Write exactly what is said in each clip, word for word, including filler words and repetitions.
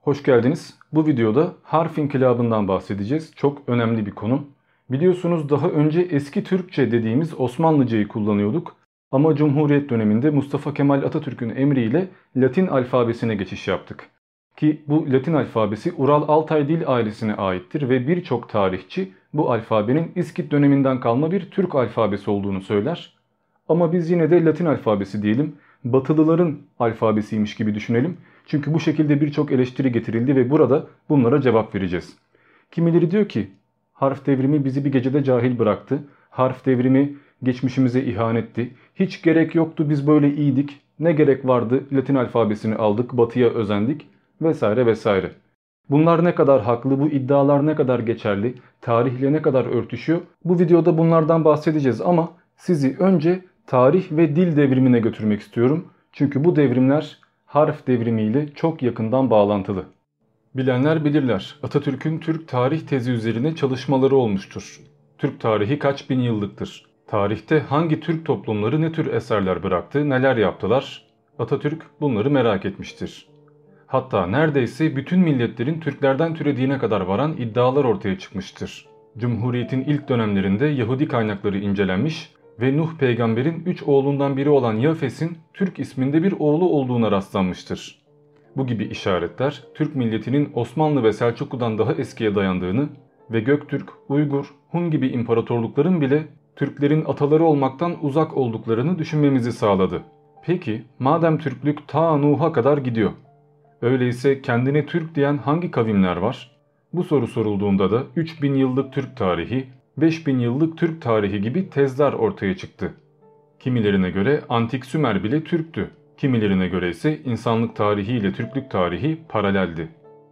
Hoş geldiniz. Bu videoda harf inkılabından bahsedeceğiz. Çok önemli bir konu. Biliyorsunuz daha önce eski Türkçe dediğimiz Osmanlıcayı kullanıyorduk. Ama Cumhuriyet döneminde Mustafa Kemal Atatürk'ün emriyle Latin alfabesine geçiş yaptık. Ki bu Latin alfabesi Ural-Altay dil ailesine aittir ve birçok tarihçi bu alfabenin İskit döneminden kalma bir Türk alfabesi olduğunu söyler. Ama biz yine de Latin alfabesi diyelim, Batılıların alfabesiymiş gibi düşünelim. Çünkü bu şekilde birçok eleştiri getirildi ve burada bunlara cevap vereceğiz. Kimileri diyor ki harf devrimi bizi bir gecede cahil bıraktı. Harf devrimi geçmişimize ihanetti. Hiç gerek yoktu, biz böyle iyiydik. Ne gerek vardı, Latin alfabesini aldık, batıya özendik vesaire vesaire. Bunlar ne kadar haklı, bu iddialar ne kadar geçerli, tarihle ne kadar örtüşüyor? Bu videoda bunlardan bahsedeceğiz ama sizi önce tarih ve dil devrimine götürmek istiyorum. Çünkü bu devrimler harf devrimiyle çok yakından bağlantılı. Bilenler bilirler, Atatürk'ün Türk tarih tezi üzerine çalışmaları olmuştur. Türk tarihi kaç bin yıllıktır? Tarihte hangi Türk toplumları ne tür eserler bıraktı, neler yaptılar? Atatürk bunları merak etmiştir. Hatta neredeyse bütün milletlerin Türklerden türediğine kadar varan iddialar ortaya çıkmıştır. Cumhuriyetin ilk dönemlerinde Yahudi kaynakları incelenmiş ve Nuh peygamberin üç oğlundan biri olan Yafes'in Türk isminde bir oğlu olduğuna rastlanmıştır. Bu gibi işaretler Türk milletinin Osmanlı ve Selçuklu'dan daha eskiye dayandığını ve Göktürk, Uygur, Hun gibi imparatorlukların bile Türklerin ataları olmaktan uzak olduklarını düşünmemizi sağladı. Peki madem Türklük ta Nuh'a kadar gidiyor, öyleyse kendine Türk diyen hangi kavimler var? Bu soru sorulduğunda da üç bin yıllık Türk tarihi, beş bin yıllık Türk tarihi gibi tezler ortaya çıktı. Kimilerine göre Antik Sümer bile Türktü. Kimilerine göre ise insanlık tarihi ile Türklük tarihi paraleldi.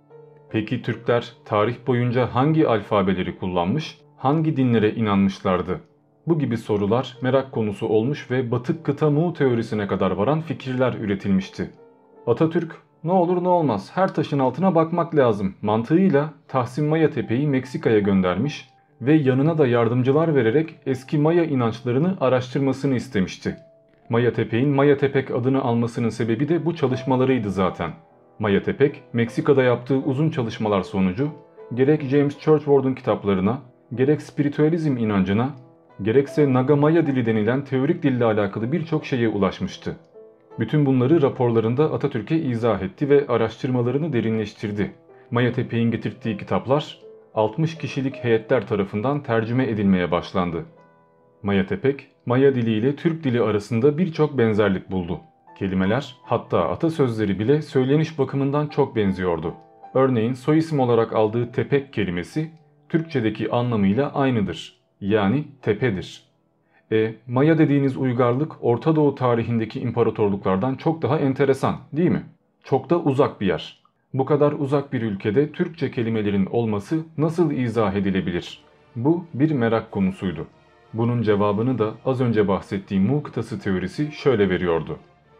Peki Türkler tarih boyunca hangi alfabeleri kullanmış, hangi dinlere inanmışlardı? Bu gibi sorular merak konusu olmuş ve batık kıta Mu teorisine kadar varan fikirler üretilmişti. Atatürk, ne olur ne olmaz her taşın altına bakmak lazım mantığıyla Tahsin Maya Tepe'yi Meksika'ya göndermiş ve yanına da yardımcılar vererek eski Maya inançlarını araştırmasını istemişti. Maya Tepek'in Maya Tepek adını almasının sebebi de bu çalışmalarıydı zaten. Maya Tepek, Meksika'da yaptığı uzun çalışmalar sonucu gerek James Churchward'un kitaplarına, gerek spiritüalizm inancına, gerekse Naga Maya dili denilen teorik dille alakalı birçok şeye ulaşmıştı. Bütün bunları raporlarında Atatürk'e izah etti ve araştırmalarını derinleştirdi. Maya Tepek'in getirdiği kitaplar altmış kişilik heyetler tarafından tercüme edilmeye başlandı. Maya Tepek, Maya dili ile Türk dili arasında birçok benzerlik buldu. Kelimeler, hatta atasözleri bile söyleniş bakımından çok benziyordu. Örneğin soyisim olarak aldığı Tepek kelimesi Türkçedeki anlamıyla aynıdır. Yani tepedir. E, Maya dediğiniz uygarlık Orta Doğu tarihindeki imparatorluklardan çok daha enteresan, değil mi? Çok da uzak bir yer. Bu kadar uzak bir ülkede Türkçe kelimelerin olması nasıl izah edilebilir? Bu bir merak konusuydu. Bunun cevabını da az önce bahsettiğim Mu kıtası teorisi şöyle veriyordu.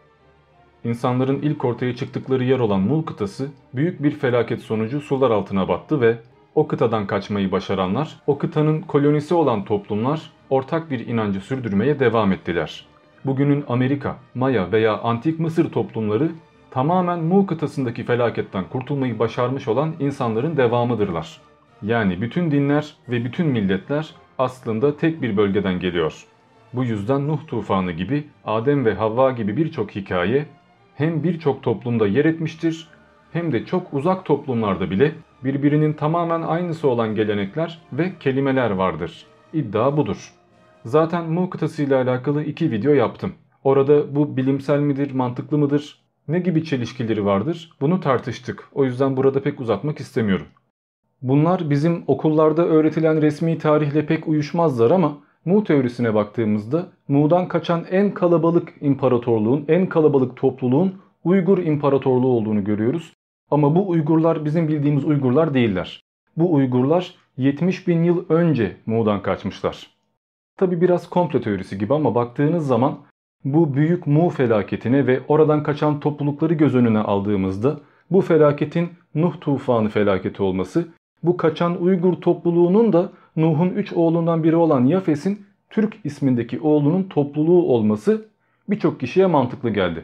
İnsanların ilk ortaya çıktıkları yer olan Mu kıtası büyük bir felaket sonucu sular altına battı ve o kıtadan kaçmayı başaranlar, o kıtanın kolonisi olan toplumlar ortak bir inancı sürdürmeye devam ettiler. Bugünün Amerika, Maya veya Antik Mısır toplumları tamamen Mu kıtasındaki felaketten kurtulmayı başarmış olan insanların devamıdırlar. Yani bütün dinler ve bütün milletler aslında tek bir bölgeden geliyor. Bu yüzden Nuh tufanı gibi, Adem ve Havva gibi birçok hikaye hem birçok toplumda yer etmiştir hem de çok uzak toplumlarda bile birbirinin tamamen aynısı olan gelenekler ve kelimeler vardır. İddia budur. Zaten Mu kıtası ile alakalı iki video yaptım. Orada bu bilimsel midir, mantıklı mıdır, ne gibi çelişkileri vardır bunu tartıştık. O yüzden burada pek uzatmak istemiyorum. Bunlar bizim okullarda öğretilen resmi tarihle pek uyuşmazlar ama Mu teorisine baktığımızda Mu'dan kaçan en kalabalık imparatorluğun, en kalabalık topluluğun Uygur İmparatorluğu olduğunu görüyoruz. Ama bu Uygurlar bizim bildiğimiz Uygurlar değiller. Bu Uygurlar yetmiş bin yıl önce Mu'dan kaçmışlar. Tabi biraz komplo teorisi gibi ama baktığınız zaman bu büyük Mu felaketine ve oradan kaçan toplulukları göz önüne aldığımızda bu felaketin Nuh tufanı felaketi olması, bu kaçan Uygur topluluğunun da Nuh'un üç oğlundan biri olan Yafes'in Türk ismindeki oğlunun topluluğu olması birçok kişiye mantıklı geldi.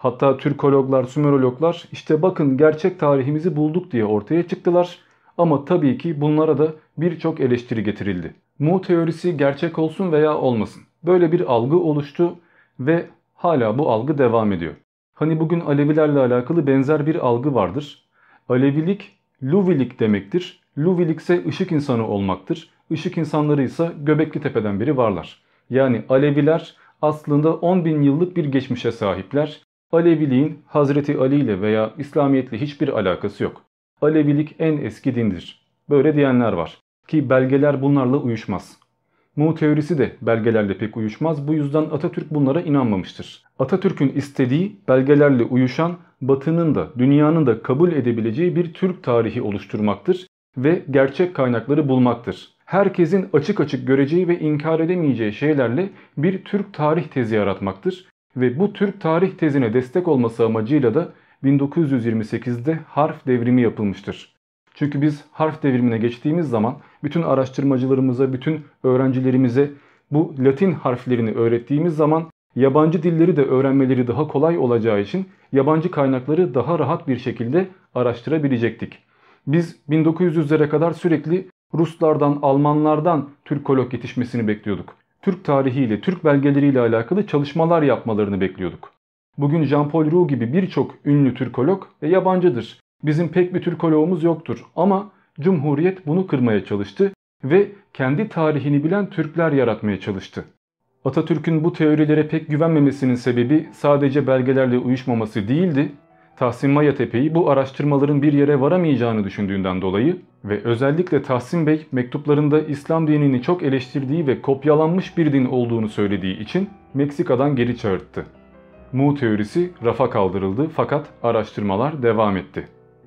Hatta Türkologlar, Sümerologlar işte bakın gerçek tarihimizi bulduk diye ortaya çıktılar. Ama tabii ki bunlara da birçok eleştiri getirildi. Mu teorisi gerçek olsun veya olmasın. Böyle bir algı oluştu ve hala bu algı devam ediyor. Hani bugün Alevilerle alakalı benzer bir algı vardır. Alevilik, Luvilik demektir. Luvilik ise ışık insanı olmaktır. Işık insanları ise Göbekli Tepe'den beri varlar. Yani Aleviler aslında on bin yıllık bir geçmişe sahipler. Aleviliğin Hazreti Ali ile veya İslamiyetle hiçbir alakası yok. Alevilik en eski dindir. Böyle diyenler var. Ki belgeler bunlarla uyuşmaz. Mu teorisi de belgelerle pek uyuşmaz. Bu yüzden Atatürk bunlara inanmamıştır. Atatürk'ün istediği belgelerle uyuşan, Batı'nın da dünyanın da kabul edebileceği bir Türk tarihi oluşturmaktır ve gerçek kaynakları bulmaktır. Herkesin açık açık göreceği ve inkar edemeyeceği şeylerle bir Türk tarih tezi yaratmaktır. Ve bu Türk tarih tezine destek olması amacıyla da bin dokuz yüz yirmi sekizde harf devrimi yapılmıştır. Çünkü biz harf devrimine geçtiğimiz zaman bütün araştırmacılarımıza, bütün öğrencilerimize bu Latin harflerini öğrettiğimiz zaman yabancı dilleri de öğrenmeleri daha kolay olacağı için yabancı kaynakları daha rahat bir şekilde araştırabilecektik. Biz bin dokuz yüzlere kadar sürekli Ruslardan, Almanlardan Türkolog yetişmesini bekliyorduk. Türk tarihiyle, Türk belgeleriyle alakalı çalışmalar yapmalarını bekliyorduk. Bugün Jean-Paul Roux gibi birçok ünlü Türkolog e, yabancıdır. Bizim pek bir Türkologumuz yoktur ama Cumhuriyet bunu kırmaya çalıştı ve kendi tarihini bilen Türkler yaratmaya çalıştı. Atatürk'ün bu teorilere pek güvenmemesinin sebebi sadece belgelerle uyuşmaması değildi. Tahsin Mayatepe'yi bu araştırmaların bir yere varamayacağını düşündüğünden dolayı ve özellikle Tahsin Bey mektuplarında İslam dinini çok eleştirdiği ve kopyalanmış bir din olduğunu söylediği için Meksika'dan geri çağırttı. Mu teorisi rafa kaldırıldı fakat araştırmalar devam etti.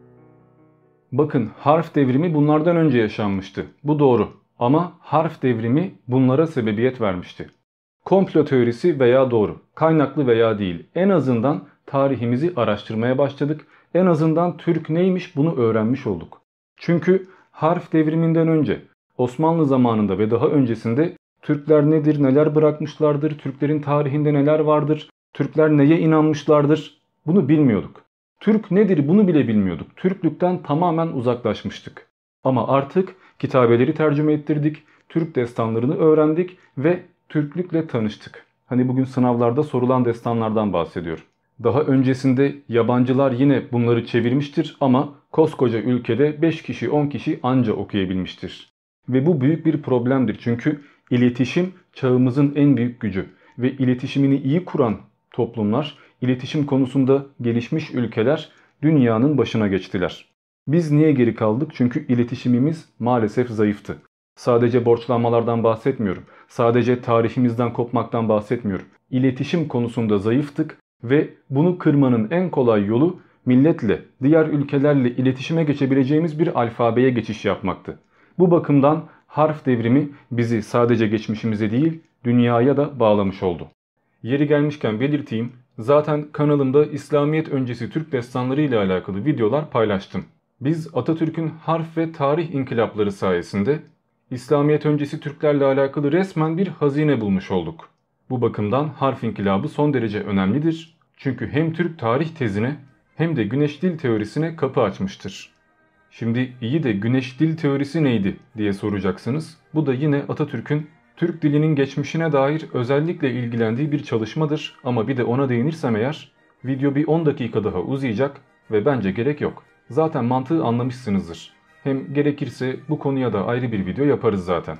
Bakın harf devrimi bunlardan önce yaşanmıştı. Bu doğru ama harf devrimi bunlara sebebiyet vermişti. Komplo teorisi veya doğru, kaynaklı veya değil, en azından tarihimizi araştırmaya başladık. En azından Türk neymiş bunu öğrenmiş olduk. Çünkü harf devriminden önce Osmanlı zamanında ve daha öncesinde Türkler nedir, neler bırakmışlardır, Türklerin tarihinde neler vardır, Türkler neye inanmışlardır bunu bilmiyorduk. Türk nedir bunu bile bilmiyorduk. Türklükten tamamen uzaklaşmıştık. Ama artık kitabeleri tercüme ettirdik, Türk destanlarını öğrendik ve Türklükle tanıştık. Hani bugün sınavlarda sorulan destanlardan bahsediyorum. Daha öncesinde yabancılar yine bunları çevirmiştir ama koskoca ülkede beş kişi on kişi anca okuyabilmiştir. Ve bu büyük bir problemdir çünkü iletişim çağımızın en büyük gücü ve iletişimini iyi kuran toplumlar, iletişim konusunda gelişmiş ülkeler dünyanın başına geçtiler. Biz niye geri kaldık? Çünkü iletişimimiz maalesef zayıftı. Sadece borçlanmalardan bahsetmiyorum. Sadece tarihimizden kopmaktan bahsetmiyorum. İletişim konusunda zayıftık ve bunu kırmanın en kolay yolu milletle, diğer ülkelerle iletişime geçebileceğimiz bir alfabeye geçiş yapmaktı. Bu bakımdan harf devrimi bizi sadece geçmişimize değil, dünyaya da bağlamış oldu. Yeri gelmişken belirteyim, zaten kanalımda İslamiyet öncesi Türk destanları ile alakalı videolar paylaştım. Biz Atatürk'ün harf ve tarih inkılapları sayesinde İslamiyet öncesi Türklerle alakalı resmen bir hazine bulmuş olduk. Bu bakımdan harf inkılabı son derece önemlidir. Çünkü hem Türk tarih tezine hem de güneş dil teorisine kapı açmıştır. Şimdi iyi de güneş dil teorisi neydi diye soracaksınız. Bu da yine Atatürk'ün Türk dilinin geçmişine dair özellikle ilgilendiği bir çalışmadır. Ama bir de ona değinirsem eğer video bir on dakika daha uzayacak ve bence gerek yok. Zaten mantığı anlamışsınızdır. Hem gerekirse bu konuya da ayrı bir video yaparız zaten.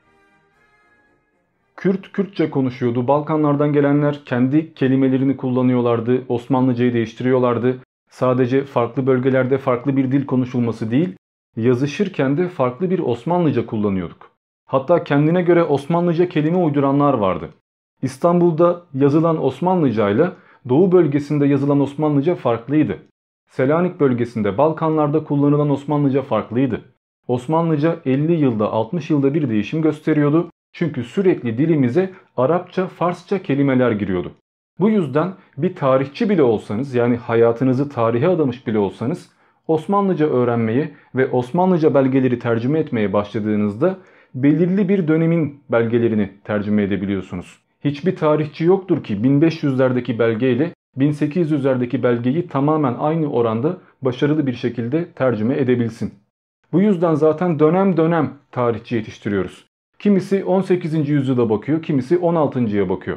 Kürt Kürtçe konuşuyordu. Balkanlardan gelenler kendi kelimelerini kullanıyorlardı. Osmanlıcayı değiştiriyorlardı. Sadece farklı bölgelerde farklı bir dil konuşulması değil, yazışırken de farklı bir Osmanlıca kullanıyorduk. Hatta kendine göre Osmanlıca kelime uyduranlar vardı. İstanbul'da yazılan Osmanlıca ile Doğu bölgesinde yazılan Osmanlıca farklıydı. Selanik bölgesinde, Balkanlarda kullanılan Osmanlıca farklıydı. Osmanlıca elli yılda, altmış yılda bir değişim gösteriyordu. Çünkü sürekli dilimize Arapça, Farsça kelimeler giriyordu. Bu yüzden bir tarihçi bile olsanız, yani hayatınızı tarihe adamış bile olsanız, Osmanlıca öğrenmeye ve Osmanlıca belgeleri tercüme etmeye başladığınızda belirli bir dönemin belgelerini tercüme edebiliyorsunuz. Hiçbir tarihçi yoktur ki bin beş yüzlerdeki belgeyle bin sekiz yüzlerdeki belgeyi tamamen aynı oranda başarılı bir şekilde tercüme edebilsin. Bu yüzden zaten dönem dönem tarihçi yetiştiriyoruz. Kimisi on sekizinci yüzyıla bakıyor, kimisi on altıncıya bakıyor.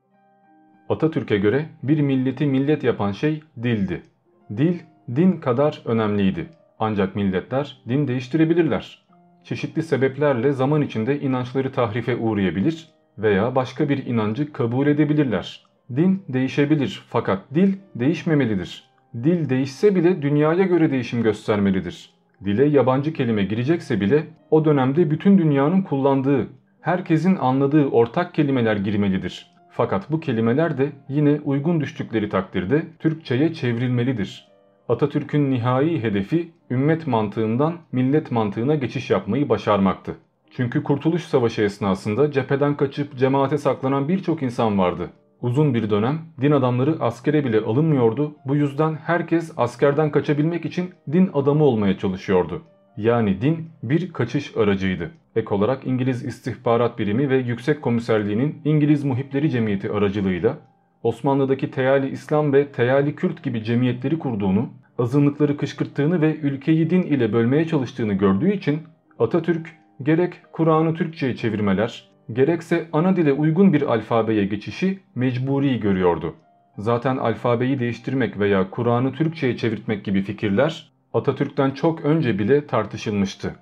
Atatürk'e göre bir milleti millet yapan şey dildi. Dil, din kadar önemliydi. Ancak milletler din değiştirebilirler. Çeşitli sebeplerle zaman içinde inançları tahrife uğrayabilir veya başka bir inancı kabul edebilirler. Din değişebilir fakat dil değişmemelidir. Dil değişse bile dünyaya göre değişim göstermelidir. Dile yabancı kelime girecekse bile o dönemde bütün dünyanın kullandığı, herkesin anladığı ortak kelimeler girmelidir. Fakat bu kelimeler de yine uygun düştükleri takdirde Türkçe'ye çevrilmelidir. Atatürk'ün nihai hedefi ümmet mantığından millet mantığına geçiş yapmayı başarmaktı. Çünkü Kurtuluş Savaşı esnasında cepheden kaçıp cemaate saklanan birçok insan vardı. Uzun bir dönem din adamları askere bile alınmıyordu. Bu yüzden herkes askerden kaçabilmek için din adamı olmaya çalışıyordu. Yani din bir kaçış aracıydı. Ek olarak İngiliz İstihbarat Birimi ve Yüksek Komiserliği'nin İngiliz Muhipleri Cemiyeti aracılığıyla Osmanlı'daki Teali İslam ve Teali Kürt gibi cemiyetleri kurduğunu, azınlıkları kışkırttığını ve ülkeyi din ile bölmeye çalıştığını gördüğü için Atatürk gerek Kur'an'ı Türkçe'ye çevirmeler, gerekse ana dile uygun bir alfabeye geçişi mecburi görüyordu. Zaten alfabeyi değiştirmek veya Kur'an'ı Türkçe'ye çevirtmek gibi fikirler Atatürk'ten çok önce bile tartışılmıştı.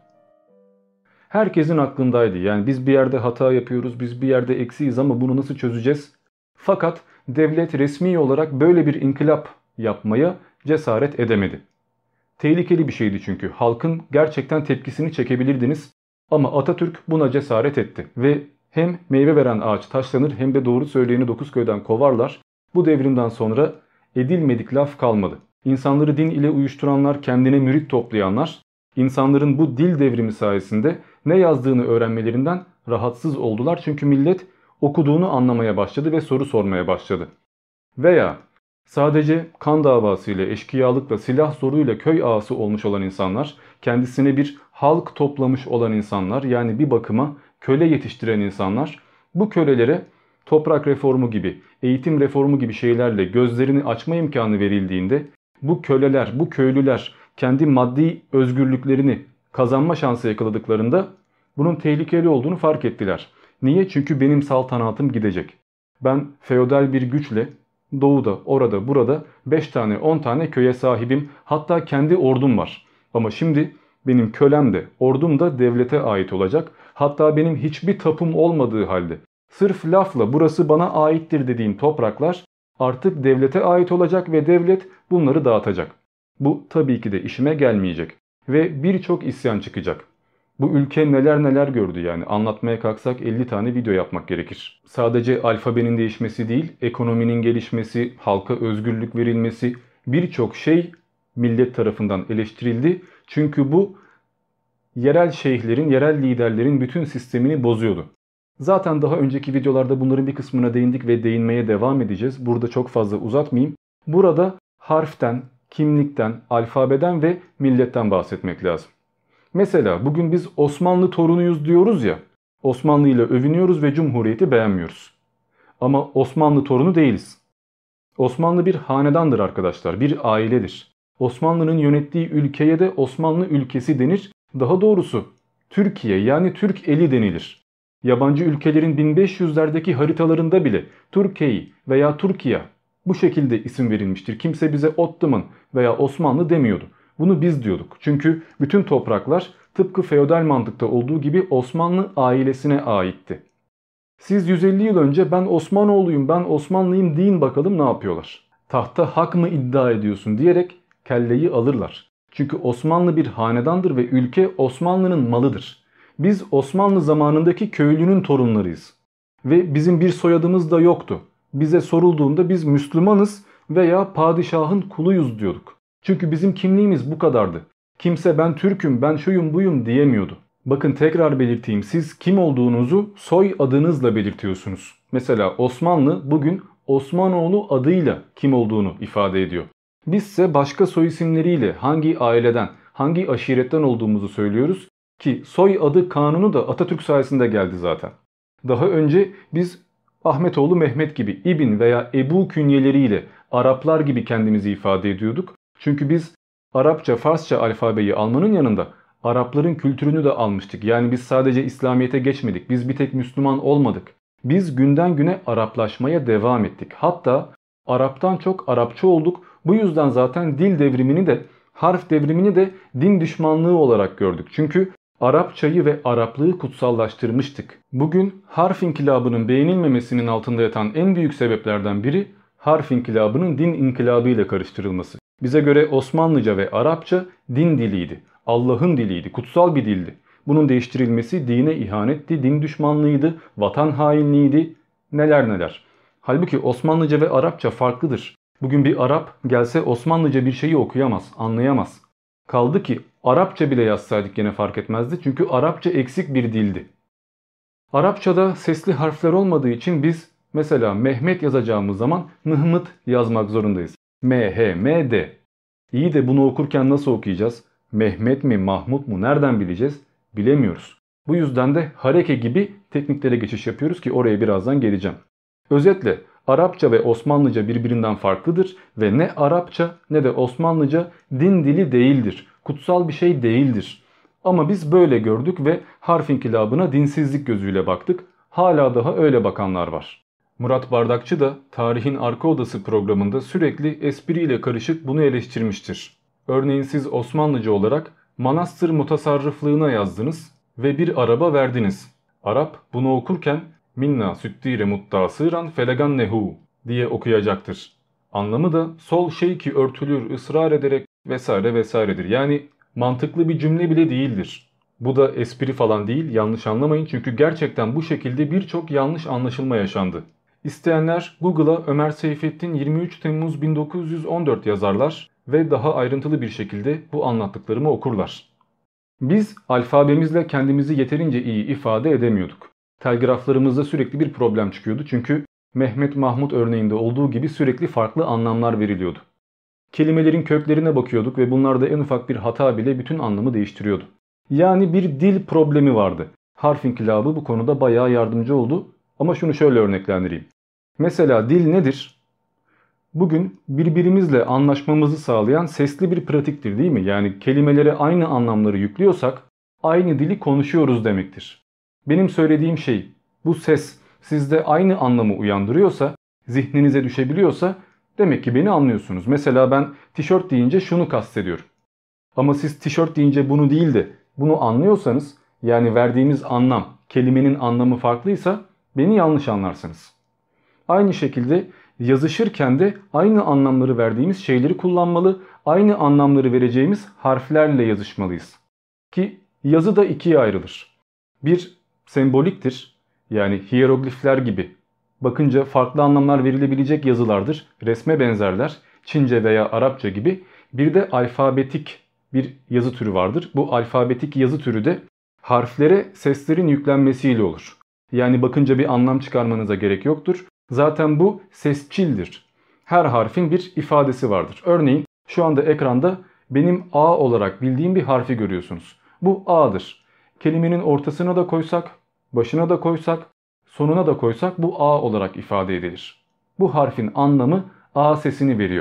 Herkesin aklındaydı. Yani biz bir yerde hata yapıyoruz, biz bir yerde eksiyiz ama bunu nasıl çözeceğiz? Fakat devlet resmi olarak böyle bir inkılap yapmaya cesaret edemedi. Tehlikeli bir şeydi çünkü. Halkın gerçekten tepkisini çekebilirdiniz. Ama Atatürk buna cesaret etti ve hem meyve veren ağaç taşlanır hem de doğru söyleyeni dokuz köyden kovarlar. Bu devrimden sonra edilmedik laf kalmadı. İnsanları din ile uyuşturanlar, kendine mürit toplayanlar, insanların bu dil devrimi sayesinde ne yazdığını öğrenmelerinden rahatsız oldular. Çünkü millet okuduğunu anlamaya başladı ve soru sormaya başladı. Veya sadece kan davasıyla, eşkıyalıkla, silah zoruyla köy ağası olmuş olan insanlar, kendisine bir halk toplamış olan insanlar, yani bir bakıma köle yetiştiren insanlar, bu kölelere toprak reformu gibi, eğitim reformu gibi şeylerle gözlerini açma imkanı verildiğinde, bu köleler, bu köylüler kendi maddi özgürlüklerini kazanma şansı yakaladıklarında bunun tehlikeli olduğunu fark ettiler. Niye? Çünkü benim saltanatım gidecek. Ben feodal bir güçle doğuda, orada, burada beş tane, on tane köye sahibim. Hatta kendi ordum var. Ama şimdi benim kölem de, ordum da devlete ait olacak. Hatta benim hiçbir tapum olmadığı halde sırf lafla burası bana aittir dediğim topraklar artık devlete ait olacak ve devlet bunları dağıtacak. Bu tabii ki de işime gelmeyecek ve birçok isyan çıkacak. Bu ülke neler neler gördü yani, anlatmaya kalksak elli tane video yapmak gerekir. Sadece alfabenin değişmesi değil, ekonominin gelişmesi, halka özgürlük verilmesi, birçok şey millet tarafından eleştirildi. Çünkü bu yerel şeyhlerin, yerel liderlerin bütün sistemini bozuyordu. Zaten daha önceki videolarda bunların bir kısmına değindik ve değinmeye devam edeceğiz. Burada çok fazla uzatmayayım. Burada harften, kimlikten, alfabeden ve milletten bahsetmek lazım. Mesela bugün biz Osmanlı torunuyuz diyoruz ya, Osmanlı ile övünüyoruz ve Cumhuriyeti beğenmiyoruz. Ama Osmanlı torunu değiliz. Osmanlı bir hanedandır arkadaşlar, bir ailedir. Osmanlı'nın yönettiği ülkeye de Osmanlı ülkesi denir. Daha doğrusu Türkiye, yani Türk eli denilir. Yabancı ülkelerin bin beş yüzlerdeki haritalarında bile Türkiye veya Türkiye bu şekilde isim verilmiştir. Kimse bize Ottoman veya Osmanlı demiyordu. Bunu biz diyorduk. Çünkü bütün topraklar tıpkı feodal mantıkta olduğu gibi Osmanlı ailesine aitti. Siz yüz elli yıl önce ben Osmanoğluyum, ben Osmanlıyım deyin bakalım ne yapıyorlar. Tahta hak mı iddia ediyorsun diyerek kelleyi alırlar. Çünkü Osmanlı bir hanedandır ve ülke Osmanlı'nın malıdır. Biz Osmanlı zamanındaki köylünün torunlarıyız. Ve bizim bir soyadımız da yoktu. Bize sorulduğunda biz Müslümanız veya padişahın kuluyuz diyorduk. Çünkü bizim kimliğimiz bu kadardı. Kimse ben Türk'üm, ben şuyum buyum diyemiyordu. Bakın tekrar belirteyim, siz kim olduğunuzu soy adınızla belirtiyorsunuz. Mesela Osmanlı bugün Osmanoğlu adıyla kim olduğunu ifade ediyor. Bizse başka soy isimleriyle hangi aileden, hangi aşiretten olduğumuzu söylüyoruz ki soy adı kanunu da Atatürk sayesinde geldi zaten. Daha önce biz Ahmetoğlu Mehmet gibi İbn veya Ebu künyeleriyle Araplar gibi kendimizi ifade ediyorduk. Çünkü biz Arapça, Farsça alfabeyi almanın yanında Arapların kültürünü de almıştık. Yani biz sadece İslamiyet'e geçmedik. Biz bir tek Müslüman olmadık. Biz günden güne Araplaşmaya devam ettik. Hatta Araptan çok Arapça olduk. Bu yüzden zaten dil devrimini de, harf devrimini de din düşmanlığı olarak gördük. Çünkü Arapçayı ve Araplığı kutsallaştırmıştık. Bugün harf inkılabının beğenilmemesinin altında yatan en büyük sebeplerden biri harf inkılabının din inkılabı ile karıştırılması. Bize göre Osmanlıca ve Arapça din diliydi. Allah'ın diliydi, kutsal bir dildi. Bunun değiştirilmesi dine ihanetti, din düşmanlığıydı, vatan hainliğiydi, neler neler. Halbuki Osmanlıca ve Arapça farklıdır. Bugün bir Arap gelse Osmanlıca bir şeyi okuyamaz, anlayamaz. Kaldı ki Arapça bile yazsaydık gene fark etmezdi çünkü Arapça eksik bir dildi. Arapçada sesli harfler olmadığı için biz mesela Mehmet yazacağımız zaman Mıhmıt yazmak zorundayız. M, H, M, D. İyi de bunu okurken nasıl okuyacağız? Mehmet mi, Mahmut mu nereden bileceğiz? Bilemiyoruz. Bu yüzden de hareke gibi tekniklere geçiş yapıyoruz ki oraya birazdan geleceğim. Özetle Arapça ve Osmanlıca birbirinden farklıdır ve ne Arapça ne de Osmanlıca din dili değildir. Kutsal bir şey değildir. Ama biz böyle gördük ve harf inkılabına dinsizlik gözüyle baktık. Hala daha öyle bakanlar var. Murat Bardakçı da Tarihin Arka Odası programında sürekli espriyle karışık bunu eleştirmiştir. Örneğin siz Osmanlıca olarak manastır mutasarrıflığına yazdınız ve bir araba verdiniz. Arap bunu okurken minna süttire muttasıran felegan nehu diye okuyacaktır. Anlamı da sol şey ki örtülür ısrar ederek vesaire vesairedir. Yani mantıklı bir cümle bile değildir. Bu da espri falan değil, yanlış anlamayın çünkü gerçekten bu şekilde birçok yanlış anlaşılma yaşandı. İsteyenler Google'a Ömer Seyfettin yirmi üç Temmuz bin dokuz yüz on dört yazarlar ve daha ayrıntılı bir şekilde bu anlattıklarımı okurlar. Biz alfabemizle kendimizi yeterince iyi ifade edemiyorduk. Telgraflarımızda sürekli bir problem çıkıyordu çünkü Mehmet Mahmut örneğinde olduğu gibi sürekli farklı anlamlar veriliyordu. Kelimelerin köklerine bakıyorduk ve bunlarda en ufak bir hata bile bütün anlamı değiştiriyordu. Yani bir dil problemi vardı. Harf inkılabı bu konuda bayağı yardımcı oldu ama şunu şöyle örneklendireyim. Mesela dil nedir? Bugün birbirimizle anlaşmamızı sağlayan sesli bir pratiktir değil mi? Yani kelimelere aynı anlamları yüklüyorsak aynı dili konuşuyoruz demektir. Benim söylediğim şey bu ses sizde aynı anlamı uyandırıyorsa, zihninize düşebiliyorsa demek ki beni anlıyorsunuz. Mesela ben tişört deyince şunu kastediyorum. Ama siz tişört deyince bunu değil de bunu anlıyorsanız yani verdiğimiz anlam, kelimenin anlamı farklıysa beni yanlış anlarsınız. Aynı şekilde yazışırken de aynı anlamları verdiğimiz şeyleri kullanmalı, aynı anlamları vereceğimiz harflerle yazışmalıyız. Ki yazı da ikiye ayrılır. Bir semboliktir, yani hieroglifler gibi. Bakınca farklı anlamlar verilebilecek yazılardır, resme benzerler, Çince veya Arapça gibi. Bir de alfabetik bir yazı türü vardır. Bu alfabetik yazı türü de harflere seslerin yüklenmesiyle olur. Yani bakınca bir anlam çıkarmanıza gerek yoktur. Zaten bu sesçildir. Her harfin bir ifadesi vardır. Örneğin şu anda ekranda benim A olarak bildiğim bir harfi görüyorsunuz. Bu A'dır. Kelimenin ortasına da koysak, başına da koysak, sonuna da koysak bu A olarak ifade edilir. Bu harfin anlamı A sesini veriyor.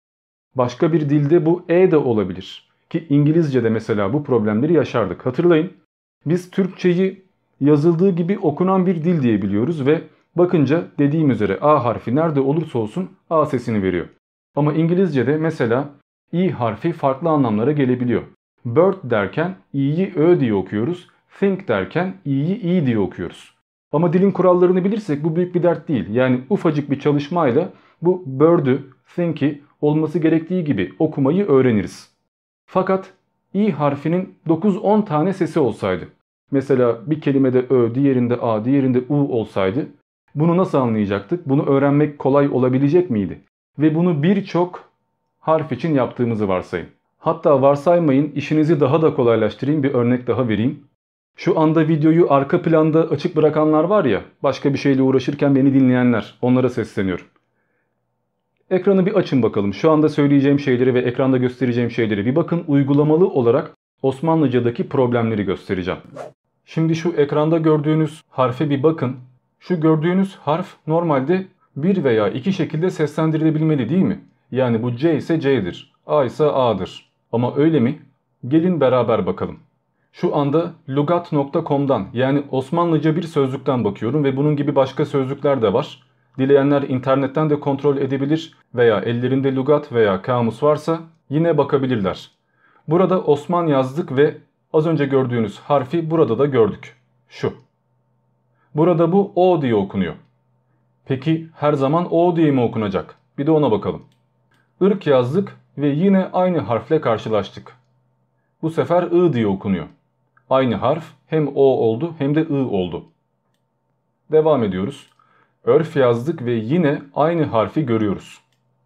Başka bir dilde bu E de olabilir. Ki İngilizce'de mesela bu problemleri yaşardık. Hatırlayın, biz Türkçeyi yazıldığı gibi okunan bir dil diye biliyoruz ve bakınca dediğim üzere A harfi nerede olursa olsun A sesini veriyor. Ama İngilizce'de mesela I harfi farklı anlamlara gelebiliyor. Bird derken i'yi ö diye okuyoruz. Think derken i'yi i diye okuyoruz. Ama dilin kurallarını bilirsek bu büyük bir dert değil. Yani ufacık bir çalışmayla bu bird'ü, think'i olması gerektiği gibi okumayı öğreniriz. Fakat i harfinin dokuz on tane sesi olsaydı, mesela bir kelimede ö, diğerinde a, diğerinde u olsaydı bunu nasıl anlayacaktık? Bunu öğrenmek kolay olabilecek miydi? Ve bunu birçok harf için yaptığımızı varsayın. Hatta varsaymayın, işinizi daha da kolaylaştırayım, bir örnek daha vereyim. Şu anda videoyu arka planda açık bırakanlar var ya, başka bir şeyle uğraşırken beni dinleyenler, onlara sesleniyorum. Ekranı bir açın bakalım. Şu anda söyleyeceğim şeyleri ve ekranda göstereceğim şeyleri bir bakın. Uygulamalı olarak Osmanlıca'daki problemleri göstereceğim. Şimdi şu ekranda gördüğünüz harfe bir bakın. Şu gördüğünüz harf normalde bir veya iki şekilde seslendirilebilmeli değil mi? Yani bu C ise C'dir, A ise A'dır. Ama öyle mi? Gelin beraber bakalım. Şu anda lugat nokta com'dan yani Osmanlıca bir sözlükten bakıyorum ve bunun gibi başka sözlükler de var. Dileyenler internetten de kontrol edebilir veya ellerinde lugat veya kamus varsa yine bakabilirler. Burada Osman yazdık ve az önce gördüğünüz harfi burada da gördük. Şu. Burada bu O diye okunuyor. Peki her zaman O diye mi okunacak? Bir de ona bakalım. Irk yazdık ve yine aynı harfle karşılaştık. Bu sefer I diye okunuyor. Aynı harf hem O oldu hem de I oldu. Devam ediyoruz. Örf yazdık ve yine aynı harfi görüyoruz.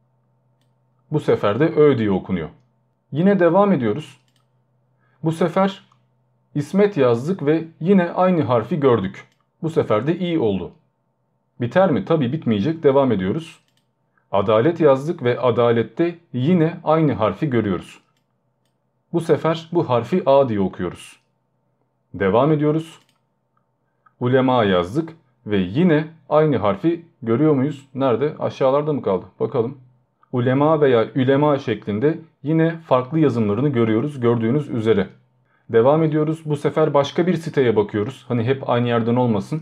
Bu sefer de Ö diye okunuyor. Yine devam ediyoruz. Bu sefer İsmet yazdık ve yine aynı harfi gördük. Bu sefer de İ oldu. Biter mi? Tabii bitmeyecek. Devam ediyoruz. Adalet yazdık ve adalette yine aynı harfi görüyoruz. Bu sefer bu harfi A diye okuyoruz. Devam ediyoruz. Ulema yazdık ve yine aynı harfi görüyor muyuz? Nerede? Aşağılarda mı kaldı? Bakalım. Ulema veya ülema şeklinde yine farklı yazımlarını görüyoruz gördüğünüz üzere. Devam ediyoruz. Bu sefer başka bir siteye bakıyoruz. Hani hep aynı yerden olmasın.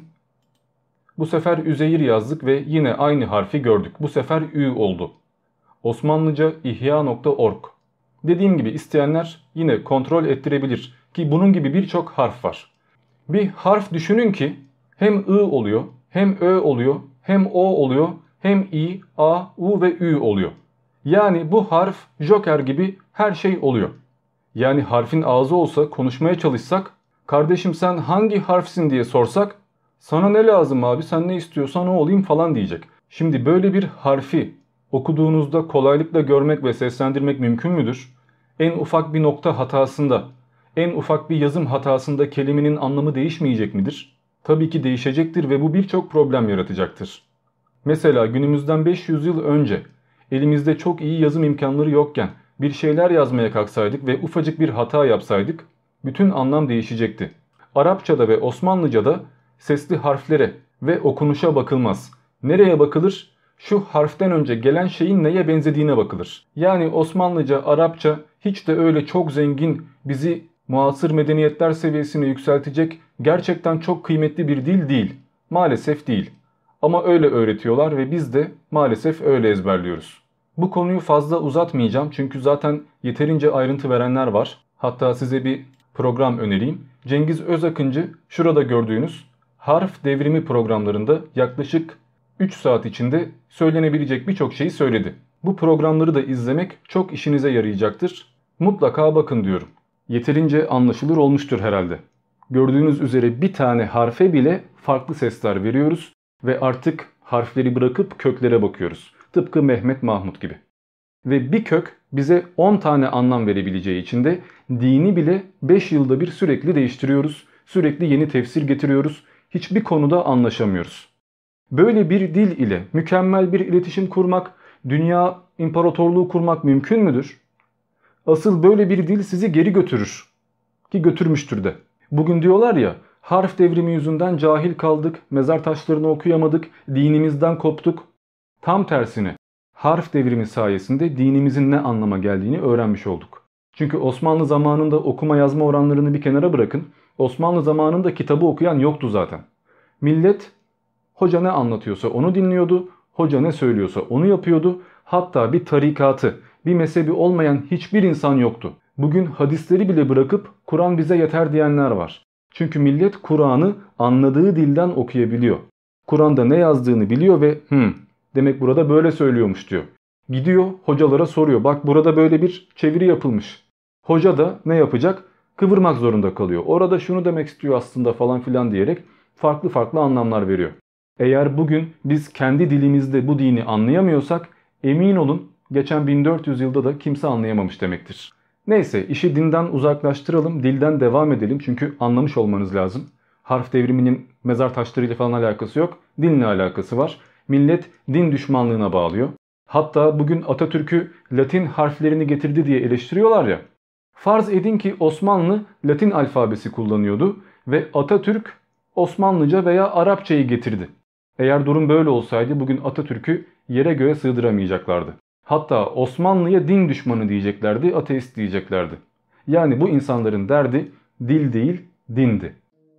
Bu sefer Üzeyir yazdık ve yine aynı harfi gördük. Bu sefer Ü oldu. Osmanlıca ihya nokta org. Dediğim gibi isteyenler yine kontrol ettirebilir ki bunun gibi birçok harf var. Bir harf düşünün ki hem I oluyor, hem Ö oluyor, hem O oluyor, hem İ, A, U ve Ü oluyor. Yani bu harf Joker gibi her şey oluyor. Yani harfin ağzı olsa konuşmaya çalışsak, kardeşim sen hangi harfsin diye sorsak, sana ne lazım abi sen ne istiyorsan o olayım falan diyecek. Şimdi böyle bir harfi okuduğunuzda kolaylıkla görmek ve seslendirmek mümkün müdür? En ufak bir nokta hatasında, en ufak bir yazım hatasında kelimenin anlamı değişmeyecek midir? Tabii ki değişecektir ve bu birçok problem yaratacaktır. Mesela günümüzden beş yüz yıl önce elimizde çok iyi yazım imkanları yokken bir şeyler yazmaya kalksaydık ve ufacık bir hata yapsaydık bütün anlam değişecekti. Arapçada ve Osmanlıca'da sesli harflere ve okunuşa bakılmaz. Nereye bakılır? Şu harften önce gelen şeyin neye benzediğine bakılır. Yani Osmanlıca, Arapça hiç de öyle çok zengin, bizi muasır medeniyetler seviyesine yükseltecek gerçekten çok kıymetli bir dil değil. Maalesef değil. Ama öyle öğretiyorlar ve biz de maalesef öyle ezberliyoruz. Bu konuyu fazla uzatmayacağım çünkü zaten yeterince ayrıntı verenler var. Hatta size bir program önereyim. Cengiz Özakıncı şurada gördüğünüz harf devrimi programlarında yaklaşık üç saat içinde söylenebilecek birçok şeyi söyledi. Bu programları da izlemek çok işinize yarayacaktır. Mutlaka bakın diyorum. Yeterince anlaşılır olmuştur herhalde. Gördüğünüz üzere bir tane harfe bile farklı sesler veriyoruz ve artık harfleri bırakıp köklere bakıyoruz. Tıpkı Mehmet Mahmut gibi. Ve bir kök bize on tane anlam verebileceği için de dini bile beş yılda bir sürekli değiştiriyoruz. Sürekli yeni tefsir getiriyoruz. Hiçbir konuda anlaşamıyoruz. Böyle bir dil ile mükemmel bir iletişim kurmak, dünya imparatorluğu kurmak mümkün müdür? Asıl böyle bir dil sizi geri götürür. Ki götürmüştür de. Bugün diyorlar ya, harf devrimi yüzünden cahil kaldık, mezar taşlarını okuyamadık, dinimizden koptuk. Tam tersine harf devrimi sayesinde dinimizin ne anlama geldiğini öğrenmiş olduk. Çünkü Osmanlı zamanında okuma yazma oranlarını bir kenara bırakın. Osmanlı zamanında kitabı okuyan yoktu zaten. Millet hoca ne anlatıyorsa onu dinliyordu, hoca ne söylüyorsa onu yapıyordu. Hatta bir tarikatı, bir mezhebi olmayan hiçbir insan yoktu. Bugün hadisleri bile bırakıp Kur'an bize yeter diyenler var. Çünkü millet Kur'an'ı anladığı dilden okuyabiliyor. Kur'an'da ne yazdığını biliyor ve hmm, demek burada böyle söylüyormuş diyor. Gidiyor hocalara soruyor. Bak burada böyle bir çeviri yapılmış. Hoca da ne yapacak? Kıvırmak zorunda kalıyor. Orada şunu demek istiyor aslında falan filan diyerek farklı farklı anlamlar veriyor. Eğer bugün biz kendi dilimizde bu dini anlayamıyorsak emin olun geçen bin dört yüz yılda da kimse anlayamamış demektir. Neyse işi dinden uzaklaştıralım, dilden devam edelim çünkü anlamış olmanız lazım. Harf devriminin mezar taşlarıyla falan alakası yok, dinle alakası var. Millet din düşmanlığına bağlıyor. Hatta bugün Atatürk'ü Latin harflerini getirdi diye eleştiriyorlar ya. Farz edin ki Osmanlı Latin alfabesi kullanıyordu ve Atatürk Osmanlıca veya Arapçayı getirdi. Eğer durum böyle olsaydı bugün Atatürk'ü yere göğe sığdıramayacaklardı. Hatta Osmanlı'ya din düşmanı diyeceklerdi, ateist diyeceklerdi. Yani bu insanların derdi dil değil, dindi.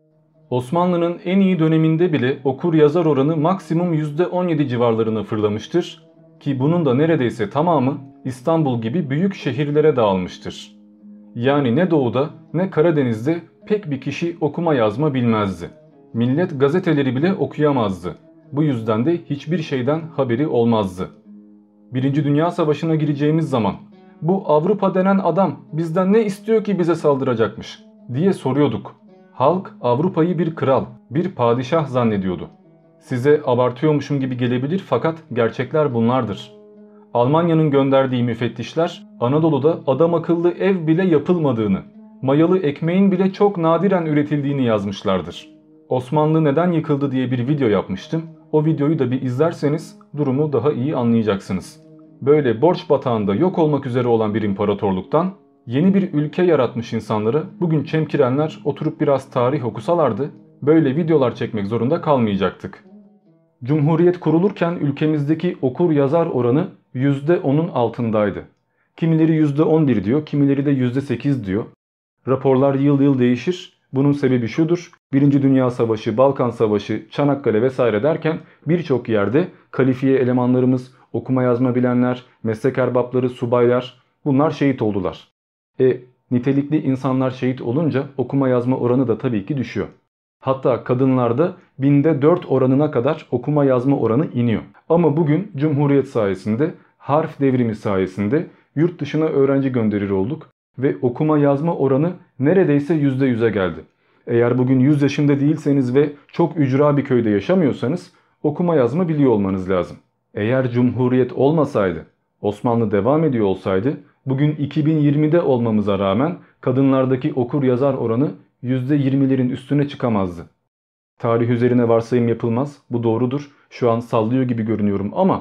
Osmanlı'nın en iyi döneminde bile okur yazar oranı maksimum yüzde on yedi civarlarına fırlamıştır ki bunun da neredeyse tamamı İstanbul gibi büyük şehirlere dağılmıştır. Yani ne doğuda ne Karadeniz'de pek bir kişi okuma yazma bilmezdi. Millet gazeteleri bile okuyamazdı. Bu yüzden de hiçbir şeyden haberi olmazdı. Birinci Dünya Savaşı'na gireceğimiz zaman bu Avrupa denen adam bizden ne istiyor ki bize saldıracakmış diye soruyorduk. Halk Avrupa'yı bir kral, bir padişah zannediyordu. Size abartıyormuşum gibi gelebilir fakat gerçekler bunlardır. Almanya'nın gönderdiği müfettişler Anadolu'da adam akıllı ev bile yapılmadığını, mayalı ekmeğin bile çok nadiren üretildiğini yazmışlardır. Osmanlı neden yıkıldı diye bir video yapmıştım. O videoyu da bir izlerseniz durumu daha iyi anlayacaksınız. Böyle borç batağında yok olmak üzere olan bir imparatorluktan yeni bir ülke yaratmış insanlara bugün çemkirenler oturup biraz tarih okusalardı böyle videolar çekmek zorunda kalmayacaktık. Cumhuriyet kurulurken ülkemizdeki okur yazar oranı yüzde onun altındaydı. Kimileri yüzde on bir diyor, kimileri de yüzde sekiz diyor. Raporlar yıl yıl değişir. Bunun sebebi şudur. Birinci Dünya Savaşı, Balkan Savaşı, Çanakkale vesaire derken birçok yerde kalifiye elemanlarımız, okuma yazma bilenler, meslek erbapları, subaylar bunlar şehit oldular. E nitelikli insanlar şehit olunca okuma yazma oranı da tabii ki düşüyor. Hatta kadınlarda binde dört oranına kadar okuma yazma oranı iniyor. Ama bugün Cumhuriyet sayesinde, harf devrimi sayesinde yurt dışına öğrenci gönderir olduk ve okuma yazma oranı neredeyse yüzde yüze geldi. Eğer bugün yüz yaşında değilseniz ve çok ücra bir köyde yaşamıyorsanız okuma yazma biliyor olmanız lazım. Eğer Cumhuriyet olmasaydı, Osmanlı devam ediyor olsaydı bugün iki bin yirmide olmamıza rağmen kadınlardaki okur yazar oranı yüzde yirmilerin üstüne çıkamazdı. Tarih üzerine varsayım yapılmaz. Bu doğrudur. Şu an sallıyor gibi görünüyorum ama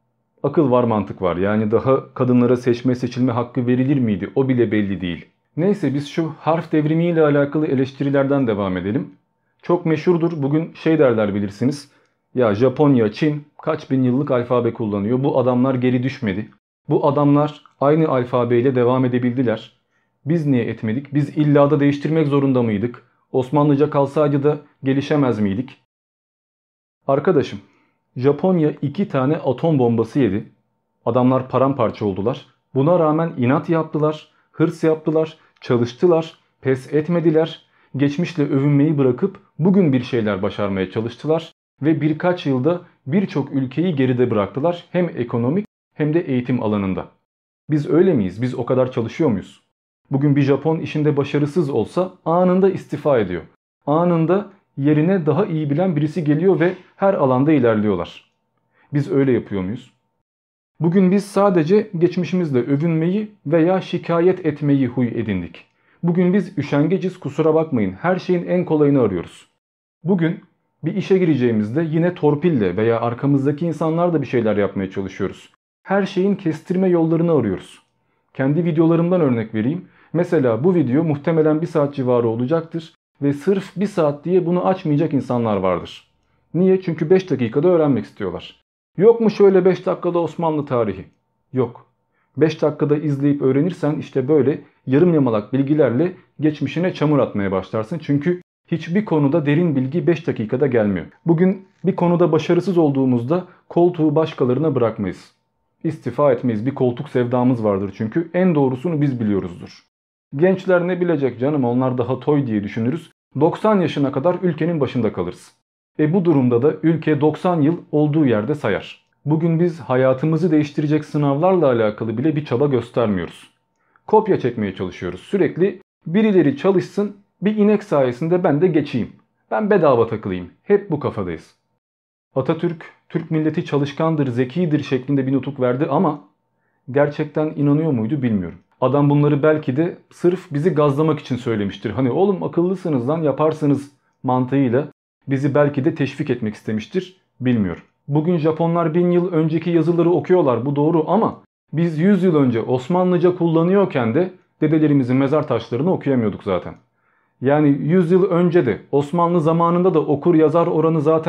akıl var, mantık var. Yani daha kadınlara seçme seçilme hakkı verilir miydi? O bile belli değil. Neyse biz şu harf devrimiyle alakalı eleştirilerden devam edelim. Çok meşhurdur. Bugün şey derler bilirsiniz. Ya Japonya, Çin kaç bin yıllık alfabe kullanıyor. Bu adamlar geri düşmedi. Bu adamlar aynı alfabeyle devam edebildiler. Biz niye etmedik? Biz illa da değiştirmek zorunda mıydık? Osmanlıca kalsaydı da gelişemez miydik? Arkadaşım, Japonya iki tane atom bombası yedi. Adamlar paramparça oldular. Buna rağmen inat yaptılar, hırs yaptılar, çalıştılar, pes etmediler. Geçmişle övünmeyi bırakıp bugün bir şeyler başarmaya çalıştılar. Ve birkaç yılda birçok ülkeyi geride bıraktılar. Hem ekonomik hem de eğitim alanında. Biz öyle miyiz? Biz o kadar çalışıyor muyuz? Bugün bir Japon işinde başarısız olsa anında istifa ediyor. Anında yerine daha iyi bilen birisi geliyor ve her alanda ilerliyorlar. Biz öyle yapıyor muyuz? Bugün biz sadece geçmişimizle övünmeyi veya şikayet etmeyi huy edindik. Bugün biz üşengeciz, kusura bakmayın, her şeyin en kolayını arıyoruz. Bugün bir işe gireceğimizde yine torpille veya arkamızdaki insanlar da bir şeyler yapmaya çalışıyoruz. Her şeyin kestirme yollarını arıyoruz. Kendi videolarımdan örnek vereyim. Mesela bu video muhtemelen bir saat civarı olacaktır ve sırf bir saat diye bunu açmayacak insanlar vardır. Niye? Çünkü beş dakikada öğrenmek istiyorlar. Yok mu şöyle beş dakikada Osmanlı tarihi? Yok. beş dakikada izleyip öğrenirsen işte böyle yarım yamalak bilgilerle geçmişine çamur atmaya başlarsın. Çünkü hiçbir konuda derin bilgi beş dakikada gelmiyor. Bugün bir konuda başarısız olduğumuzda koltuğu başkalarına bırakmayız. İstifa etmeyiz. Bir koltuk sevdamız vardır çünkü. En doğrusunu biz biliyoruzdur. Gençler ne bilecek canım, onlar daha toy diye düşünürüz. doksan yaşına kadar ülkenin başında kalırız. E bu durumda da ülke doksan yıl olduğu yerde sayar. Bugün biz hayatımızı değiştirecek sınavlarla alakalı bile bir çaba göstermiyoruz. Kopya çekmeye çalışıyoruz. Sürekli birileri çalışsın, bir inek sayesinde ben de geçeyim. Ben bedava takılayım. Hep bu kafadayız. Atatürk, Türk milleti çalışkandır, zekidir şeklinde bir nutuk verdi ama gerçekten inanıyor muydu bilmiyorum. Adam bunları belki de sırf bizi gazlamak için söylemiştir. Hani oğlum akıllısınız lan, yaparsınız mantığıyla bizi belki de teşvik etmek istemiştir. Bilmiyorum. Bugün Japonlar bin yıl önceki yazıları okuyorlar, bu doğru, ama biz yüz yıl önce Osmanlıca kullanıyorken de dedelerimizin mezar taşlarını okuyamıyorduk zaten. Yani yüz yıl önce de Osmanlı zamanında da okur yazar oranı zaten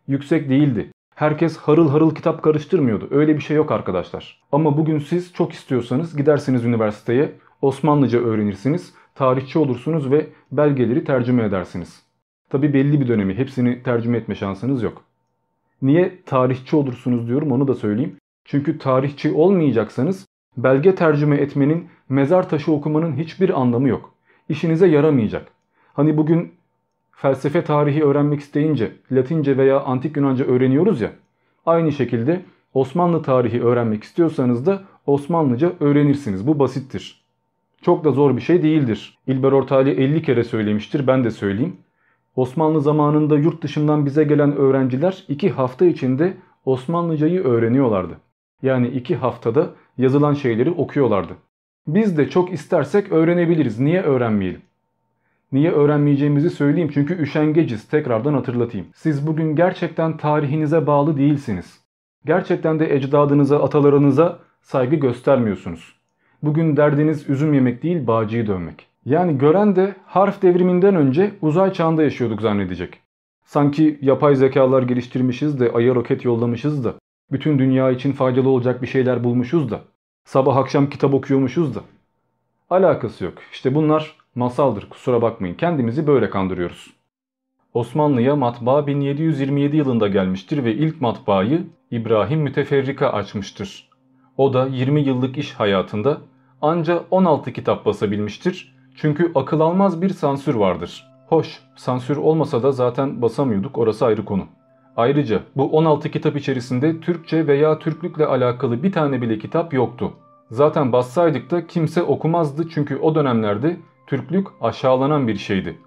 yüksek değildi. Herkes harıl harıl kitap karıştırmıyordu. Öyle bir şey yok arkadaşlar. Ama bugün siz çok istiyorsanız gidersiniz üniversiteye, Osmanlıca öğrenirsiniz, tarihçi olursunuz ve belgeleri tercüme edersiniz. Tabi belli bir dönemi, hepsini tercüme etme şansınız yok. Niye tarihçi olursunuz diyorum, onu da söyleyeyim. Çünkü tarihçi olmayacaksanız belge tercüme etmenin, mezar taşı okumanın hiçbir anlamı yok. İşinize yaramayacak. Hani bugün felsefe tarihi öğrenmek isteyince Latince veya Antik Yunanca öğreniyoruz ya. Aynı şekilde Osmanlı tarihi öğrenmek istiyorsanız da Osmanlıca öğrenirsiniz. Bu basittir. Çok da zor bir şey değildir. İlber Ortaylı elli kere söylemiştir, ben de söyleyeyim. Osmanlı zamanında yurt dışından bize gelen öğrenciler iki hafta içinde Osmanlıcayı öğreniyorlardı. Yani iki haftada yazılan şeyleri okuyorlardı. Biz de çok istersek öğrenebiliriz. Niye öğrenmeyelim? Niye öğrenmeyeceğimizi söyleyeyim, çünkü üşengeciz. Tekrardan hatırlatayım. Siz bugün gerçekten tarihinize bağlı değilsiniz. Gerçekten de ecdadınıza, atalarınıza saygı göstermiyorsunuz. Bugün derdiniz üzüm yemek değil, bağcıyı dövmek. Yani gören de harf devriminden önce uzay çağında yaşıyorduk zannedecek. Sanki yapay zekalar geliştirmişiz de, aya roket yollamışız da, bütün dünya için faydalı olacak bir şeyler bulmuşuz da, sabah akşam kitap okuyormuşuz da. Alakası yok. İşte bunlar masaldır, kusura bakmayın. Kendimizi böyle kandırıyoruz. Osmanlı'ya matbaa bin yedi yüz yirmi yedi yılında gelmiştir ve ilk matbaayı İbrahim Müteferrika açmıştır. O da yirmi yıllık iş hayatında anca on altı kitap basabilmiştir. Çünkü akıl almaz bir sansür vardır. Hoş, sansür olmasa da zaten basamıyorduk, orası ayrı konu. Ayrıca bu on altı kitap içerisinde Türkçe veya Türklükle alakalı bir tane bile kitap yoktu. Zaten bassaydık da kimse okumazdı, çünkü o dönemlerde Türklük aşağılanan bir şeydi.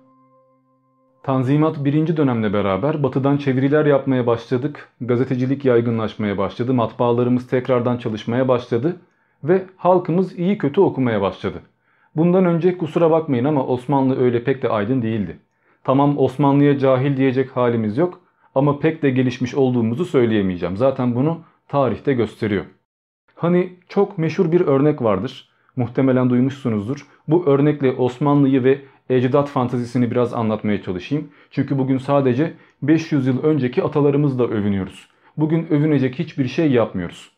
Tanzimat birinci dönemle beraber batıdan çeviriler yapmaya başladık, gazetecilik yaygınlaşmaya başladı, matbaalarımız tekrardan çalışmaya başladı ve halkımız iyi kötü okumaya başladı. Bundan önce kusura bakmayın ama Osmanlı öyle pek de aydın değildi. Tamam, Osmanlı'ya cahil diyecek halimiz yok ama pek de gelişmiş olduğumuzu söyleyemeyeceğim. Zaten bunu tarihte gösteriyor. Hani çok meşhur bir örnek vardır. Muhtemelen duymuşsunuzdur. Bu örnekle Osmanlı'yı ve ecdat fantazisini biraz anlatmaya çalışayım. Çünkü bugün sadece beş yüz yıl önceki atalarımızla övünüyoruz. Bugün övünecek hiçbir şey yapmıyoruz.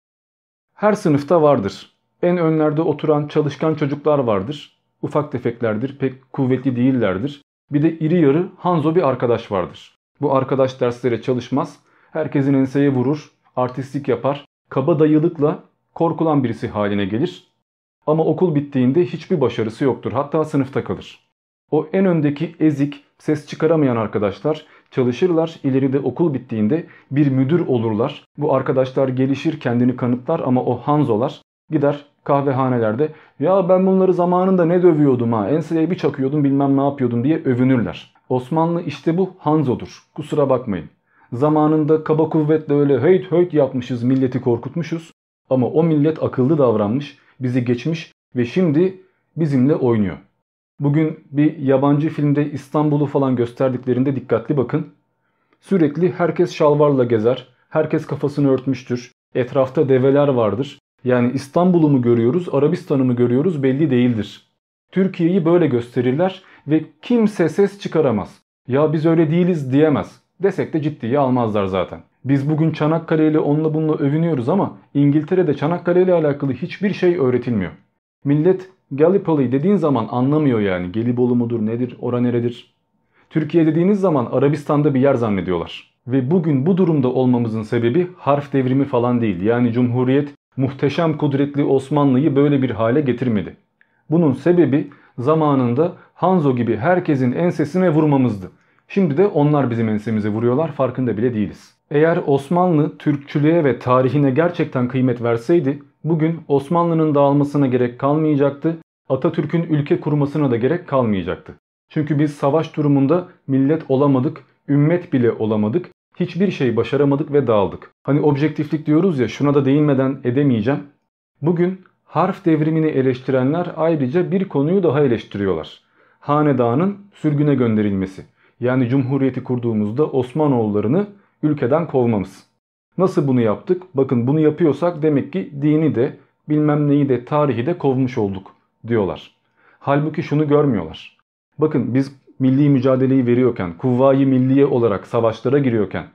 Her sınıfta vardır. En önlerde oturan çalışkan çocuklar vardır. Ufak tefeklerdir, pek kuvvetli değillerdir. Bir de iri yarı Hanzo bir arkadaş vardır. Bu arkadaş derslere çalışmaz, herkesin enseye vurur, artistlik yapar, kabadayılıkla korkulan birisi haline gelir. Ama okul bittiğinde hiçbir başarısı yoktur, hatta sınıfta kalır. O en öndeki ezik, ses çıkaramayan arkadaşlar çalışırlar, ileride okul bittiğinde bir müdür olurlar. Bu arkadaşlar gelişir, kendini kanıtlar ama o Hanzolar gider kahvehanelerde "Ya ben bunları zamanında ne dövüyordum ha, enseye bir çakıyordum, bilmem ne yapıyordum" diye övünürler. Osmanlı işte bu Hanzo'dur, kusura bakmayın. Zamanında kaba kuvvetle öyle höyt höyt yapmışız, milleti korkutmuşuz. Ama o millet akıllı davranmış, bizi geçmiş ve şimdi bizimle oynuyor. Bugün bir yabancı filmde İstanbul'u falan gösterdiklerinde dikkatli bakın. Sürekli herkes şalvarla gezer, herkes kafasını örtmüştür, etrafta develer vardır. Yani İstanbul'u mu görüyoruz, Arabistan'ı mı görüyoruz belli değildir. Türkiye'yi böyle gösterirler ve kimse ses çıkaramaz. Ya biz öyle değiliz diyemez. Desek de ciddiye almazlar zaten. Biz bugün Çanakkale ile onunla bununla övünüyoruz ama İngiltere'de Çanakkale ile alakalı hiçbir şey öğretilmiyor. Millet Gallipoli dediğin zaman anlamıyor yani. Gelibolu mudur nedir, ora neredir? Türkiye dediğiniz zaman Arabistan'da bir yer zannediyorlar. Ve bugün bu durumda olmamızın sebebi harf devrimi falan değil. Yani Cumhuriyet muhteşem kudretli Osmanlı'yı böyle bir hale getirmedi. Bunun sebebi zamanında Hanzo gibi herkesin ensesine vurmamızdı. Şimdi de onlar bizim ensemize vuruyorlar, farkında bile değiliz. Eğer Osmanlı Türkçülüğe ve tarihine gerçekten kıymet verseydi bugün Osmanlı'nın dağılmasına gerek kalmayacaktı, Atatürk'ün ülke kurmasına da gerek kalmayacaktı. Çünkü biz savaş durumunda millet olamadık, ümmet bile olamadık, hiçbir şey başaramadık ve dağıldık. Hani objektiflik diyoruz ya, şuna da değinmeden edemeyeceğim. Bugün harf devrimini eleştirenler ayrıca bir konuyu daha eleştiriyorlar. Hanedanın sürgüne gönderilmesi. Yani Cumhuriyeti kurduğumuzda Osmanoğullarını ülkeden kovmamız. Nasıl bunu yaptık? Bakın bunu yapıyorsak demek ki dini de bilmem neyi de tarihi de kovmuş olduk diyorlar. Halbuki şunu görmüyorlar. Bakın biz milli mücadeleyi veriyorken, kuvvayi milliye olarak savaşlara giriyorken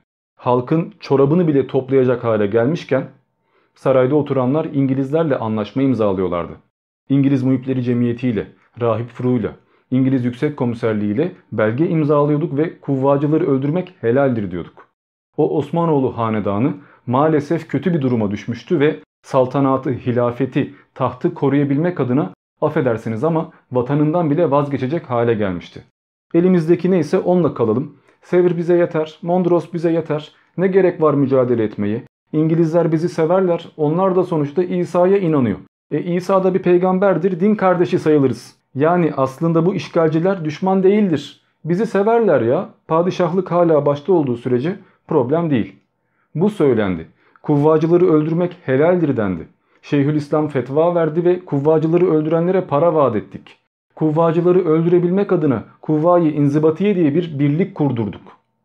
halkın çorabını bile toplayacak hale gelmişken sarayda oturanlar İngilizlerle anlaşma imzalıyorlardı. İngiliz Muhipleri Cemiyeti ile, Rahip Fro'yla, İngiliz Yüksek Komiserliği ile belge imzalıyorduk ve kuvvacıları öldürmek helaldir diyorduk. O Osmanoğlu hanedanı maalesef kötü bir duruma düşmüştü ve saltanatı, hilafeti, tahtı koruyabilmek adına affedersiniz ama vatanından bile vazgeçecek hale gelmişti. Elimizdeki neyse onunla kalalım. Sevr bize yeter, Mondros bize yeter. Ne gerek var mücadele etmeye? İngilizler bizi severler, onlar da sonuçta İsa'ya inanıyor. E İsa da bir peygamberdir, din kardeşi sayılırız. Yani aslında bu işgalciler düşman değildir. Bizi severler ya. Padişahlık hala başta olduğu sürece problem değil. Bu söylendi. Kuvvacıları öldürmek helaldir dendi. Şeyhülislam fetva verdi ve kuvvacıları öldürenlere para vaat ettik. Kuvvacıları öldürebilmek adına Kuvvayi İnzibatiye diye bir birlik kurdurduk.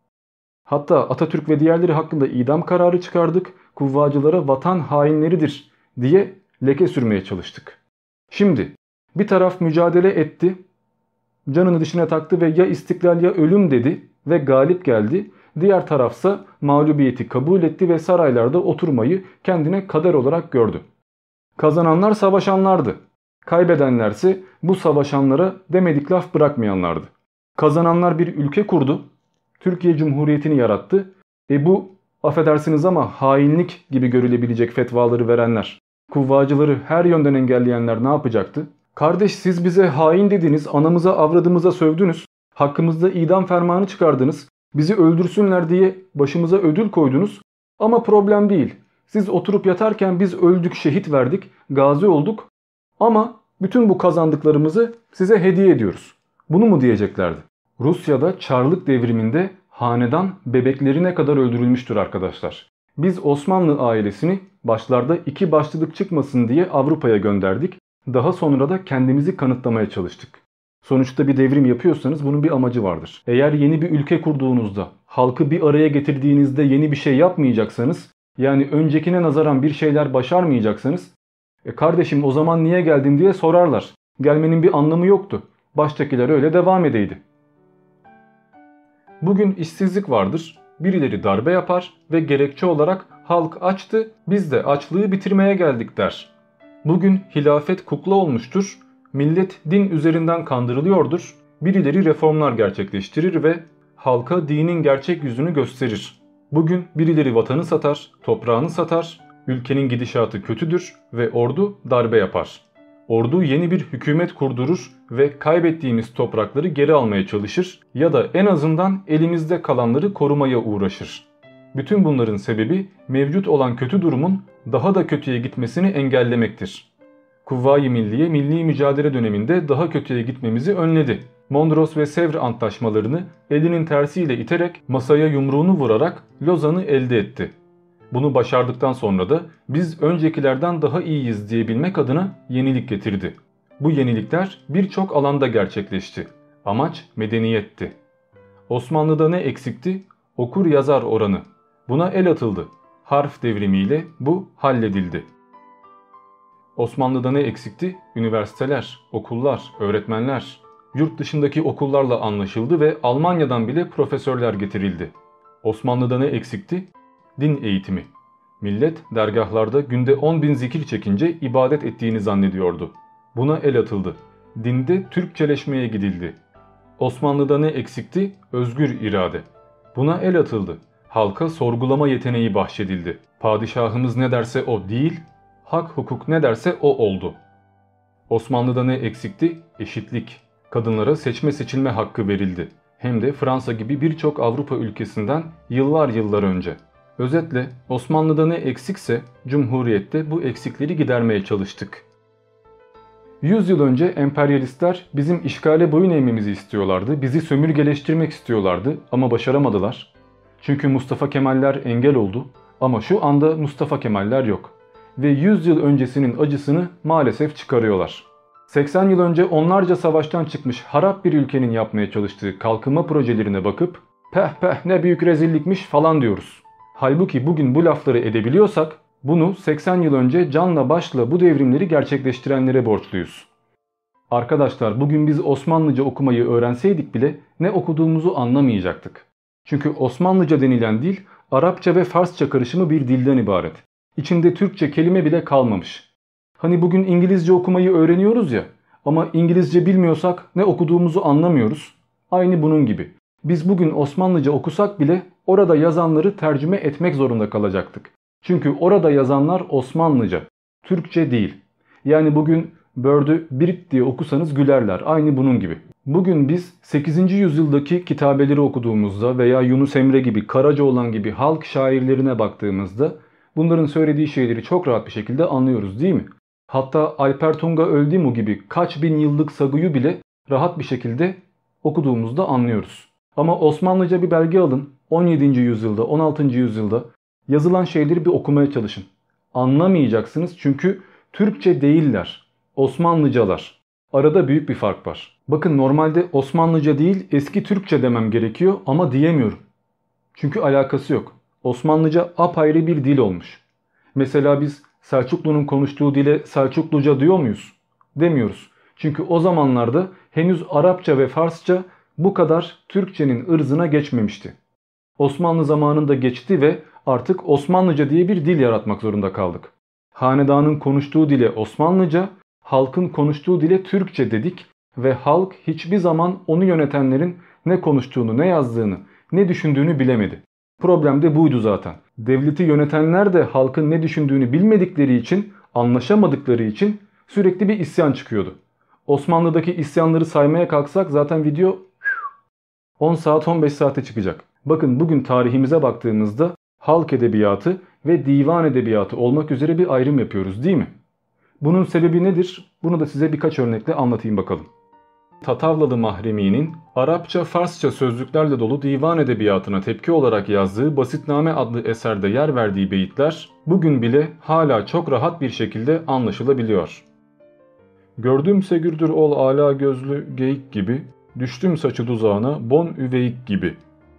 Hatta Atatürk ve diğerleri hakkında idam kararı çıkardık. Kuvvacılara vatan hainleridir diye leke sürmeye çalıştık. Şimdi bir taraf mücadele etti, canını dişine taktı ve ya istiklal ya ölüm dedi ve galip geldi. Diğer tarafsa mağlubiyeti kabul etti ve saraylarda oturmayı kendine kader olarak gördü. Kazananlar savaşanlardı. Kaybedenlerse bu savaşanlara demedik laf bırakmayanlardı. Kazananlar bir ülke kurdu. Türkiye Cumhuriyeti'ni yarattı. E bu affedersiniz ama hainlik gibi görülebilecek fetvaları verenler, kuvvacıları her yönden engelleyenler ne yapacaktı? Kardeş siz bize hain dediniz, anamıza avradımıza sövdünüz, hakkımızda idam fermanı çıkardınız, bizi öldürsünler diye başımıza ödül koydunuz ama problem değil. Siz oturup yatarken biz öldük, şehit verdik, gazi olduk ama bütün bu kazandıklarımızı size hediye ediyoruz. Bunu mu diyeceklerdi? Rusya'da Çarlık devriminde hanedan bebeklerine kadar öldürülmüştür arkadaşlar. Biz Osmanlı ailesini başlarda iki başlılık çıkmasın diye Avrupa'ya gönderdik. Daha sonra da kendimizi kanıtlamaya çalıştık. Sonuçta bir devrim yapıyorsanız bunun bir amacı vardır. Eğer yeni bir ülke kurduğunuzda, halkı bir araya getirdiğinizde yeni bir şey yapmayacaksanız, yani öncekine nazaran bir şeyler başarmayacaksanız, e kardeşim o zaman niye geldin diye sorarlar. Gelmenin bir anlamı yoktu. Baştakiler öyle devam edeydi. Bugün işsizlik vardır. Birileri darbe yapar ve gerekçe olarak halk açtı, biz de açlığı bitirmeye geldik der. Bugün hilafet kukla olmuştur. Millet din üzerinden kandırılıyordur. Birileri reformlar gerçekleştirir ve halka dinin gerçek yüzünü gösterir. Bugün birileri vatanı satar, toprağını satar, ülkenin gidişatı kötüdür ve ordu darbe yapar. Ordu yeni bir hükümet kurdurur ve kaybettiğimiz toprakları geri almaya çalışır ya da en azından elimizde kalanları korumaya uğraşır. Bütün bunların sebebi mevcut olan kötü durumun daha da kötüye gitmesini engellemektir. Kuvvayi Milliye milli mücadele döneminde daha kötüye gitmemizi önledi. Mondros ve Sevr antlaşmalarını elinin tersiyle iterek masaya yumruğunu vurarak Lozan'ı elde etti. Bunu başardıktan sonra da biz öncekilerden daha iyiyiz diyebilmek adına yenilik getirdi. Bu yenilikler birçok alanda gerçekleşti. Amaç medeniyetti. Osmanlı'da ne eksikti? Okur yazar oranı. Buna el atıldı. Harf devrimiyle bu halledildi. Osmanlı'da ne eksikti? Üniversiteler, okullar, öğretmenler. Yurt dışındaki okullarla anlaşıldı ve Almanya'dan bile profesörler getirildi. Osmanlı'da ne eksikti? Din eğitimi. Millet dergahlarda günde on bin zikir çekince ibadet ettiğini zannediyordu. Buna el atıldı. Dinde Türkçeleşmeye gidildi. Osmanlı'da ne eksikti? Özgür irade. Buna el atıldı. Halka sorgulama yeteneği bahşedildi. Padişahımız ne derse o değil, hak hukuk ne derse o oldu. Osmanlı'da ne eksikti? Eşitlik. Kadınlara seçme seçilme hakkı verildi. Hem de Fransa gibi birçok Avrupa ülkesinden yıllar yıllar önce. Özetle Osmanlı'da ne eksikse Cumhuriyet'te bu eksikleri gidermeye çalıştık. yüz yıl önce emperyalistler bizim işgale boyun eğmemizi istiyorlardı. Bizi sömürgeleştirmek istiyorlardı ama başaramadılar. Çünkü Mustafa Kemaller engel oldu ama şu anda Mustafa Kemaller yok. Ve yüz yıl öncesinin acısını maalesef çıkarıyorlar. seksen yıl önce onlarca savaştan çıkmış harap bir ülkenin yapmaya çalıştığı kalkınma projelerine bakıp peh peh ne büyük rezillikmiş falan diyoruz. Halbuki bugün bu lafları edebiliyorsak bunu seksen yıl önce canla başla bu devrimleri gerçekleştirenlere borçluyuz. Arkadaşlar bugün biz Osmanlıca okumayı öğrenseydik bile ne okuduğumuzu anlamayacaktık. Çünkü Osmanlıca denilen dil Arapça ve Farsça karışımı bir dilden ibaret. İçinde Türkçe kelime bile kalmamış. Hani bugün İngilizce okumayı öğreniyoruz ya, ama İngilizce bilmiyorsak ne okuduğumuzu anlamıyoruz. Aynı bunun gibi. Biz bugün Osmanlıca okusak bile orada yazanları tercüme etmek zorunda kalacaktık. Çünkü orada yazanlar Osmanlıca, Türkçe değil. Yani bugün Bird'ü Birt diye okusanız gülerler. Aynı bunun gibi. Bugün biz sekizinci yüzyıldaki kitabeleri okuduğumuzda veya Yunus Emre gibi, Karacaoğlan gibi halk şairlerine baktığımızda bunların söylediği şeyleri çok rahat bir şekilde anlıyoruz, değil mi? Hatta Alper Tunga Öldimo gibi kaç bin yıllık sagıyı bile rahat bir şekilde okuduğumuzda anlıyoruz. Ama Osmanlıca bir belge alın, on yedinci yüzyılda, on altıncı yüzyılda yazılan şeyleri bir okumaya çalışın. Anlamayacaksınız çünkü Türkçe değiller, Osmanlıcalar. Arada büyük bir fark var. Bakın, normalde Osmanlıca değil eski Türkçe demem gerekiyor ama diyemiyorum. Çünkü alakası yok. Osmanlıca apayrı bir dil olmuş. Mesela biz Selçuklu'nun konuştuğu dile Selçukluca diyor muyuz? Demiyoruz. Çünkü o zamanlarda henüz Arapça ve Farsça bu kadar Türkçenin ırzına geçmemişti. Osmanlı zamanında geçti ve artık Osmanlıca diye bir dil yaratmak zorunda kaldık. Hanedanın konuştuğu dile Osmanlıca, halkın konuştuğu dile Türkçe dedik ve halk hiçbir zaman onu yönetenlerin ne konuştuğunu, ne yazdığını, ne düşündüğünü bilemedi. Problem de buydu zaten. Devleti yönetenler de halkın ne düşündüğünü bilmedikleri için, anlaşamadıkları için sürekli bir isyan çıkıyordu. Osmanlı'daki isyanları saymaya kalksak zaten video on saat on beş saate çıkacak. Bakın, bugün tarihimize baktığımızda halk edebiyatı ve divan edebiyatı olmak üzere bir ayrım yapıyoruz, değil mi? Bunun sebebi nedir? Bunu da size birkaç örnekle anlatayım bakalım. Tatavlalı Mahremi'nin Arapça, Farsça sözlüklerle dolu divan edebiyatına tepki olarak yazdığı Basitname adlı eserde yer verdiği beyitler bugün bile hala çok rahat bir şekilde anlaşılabiliyor. Gördümse gürdür ol ala gözlü geyik gibi, düştüm saçı tuzağına bon üveyik gibi.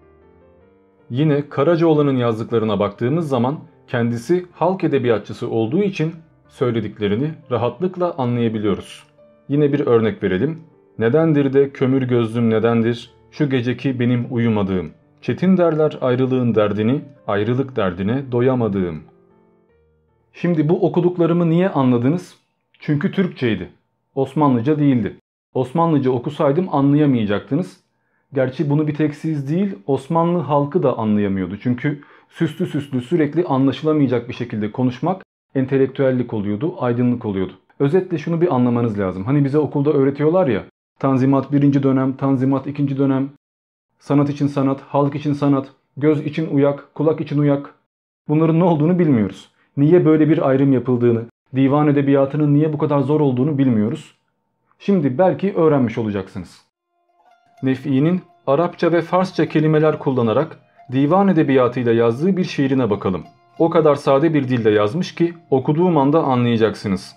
Yine Karacaoğlan'ın yazdıklarına baktığımız zaman kendisi halk edebiyatçısı olduğu için söylediklerini rahatlıkla anlayabiliyoruz. Yine bir örnek verelim. Nedendir de kömür gözlüm nedendir, şu geceki benim uyumadığım. Çetin derler ayrılığın derdini, ayrılık derdine doyamadığım. Şimdi bu okuduklarımı niye anladınız? Çünkü Türkçeydi. Osmanlıca değildi. Osmanlıca okusaydım anlayamayacaktınız. Gerçi bunu bir tek siz değil, Osmanlı halkı da anlayamıyordu. Çünkü süslü süslü sürekli anlaşılamayacak bir şekilde konuşmak entelektüellik oluyordu, aydınlık oluyordu. Özetle şunu bir anlamanız lazım. Hani bize okulda öğretiyorlar ya, Tanzimat birinci dönem, Tanzimat ikinci dönem, sanat için sanat, halk için sanat, göz için uyak, kulak için uyak. Bunların ne olduğunu bilmiyoruz. Niye böyle bir ayrım yapıldığını, divan edebiyatının niye bu kadar zor olduğunu bilmiyoruz. Şimdi belki öğrenmiş olacaksınız. Nefi'nin Arapça ve Farsça kelimeler kullanarak divan edebiyatıyla yazdığı bir şiirine bakalım. O kadar sade bir dilde yazmış ki okuduğum anda anlayacaksınız.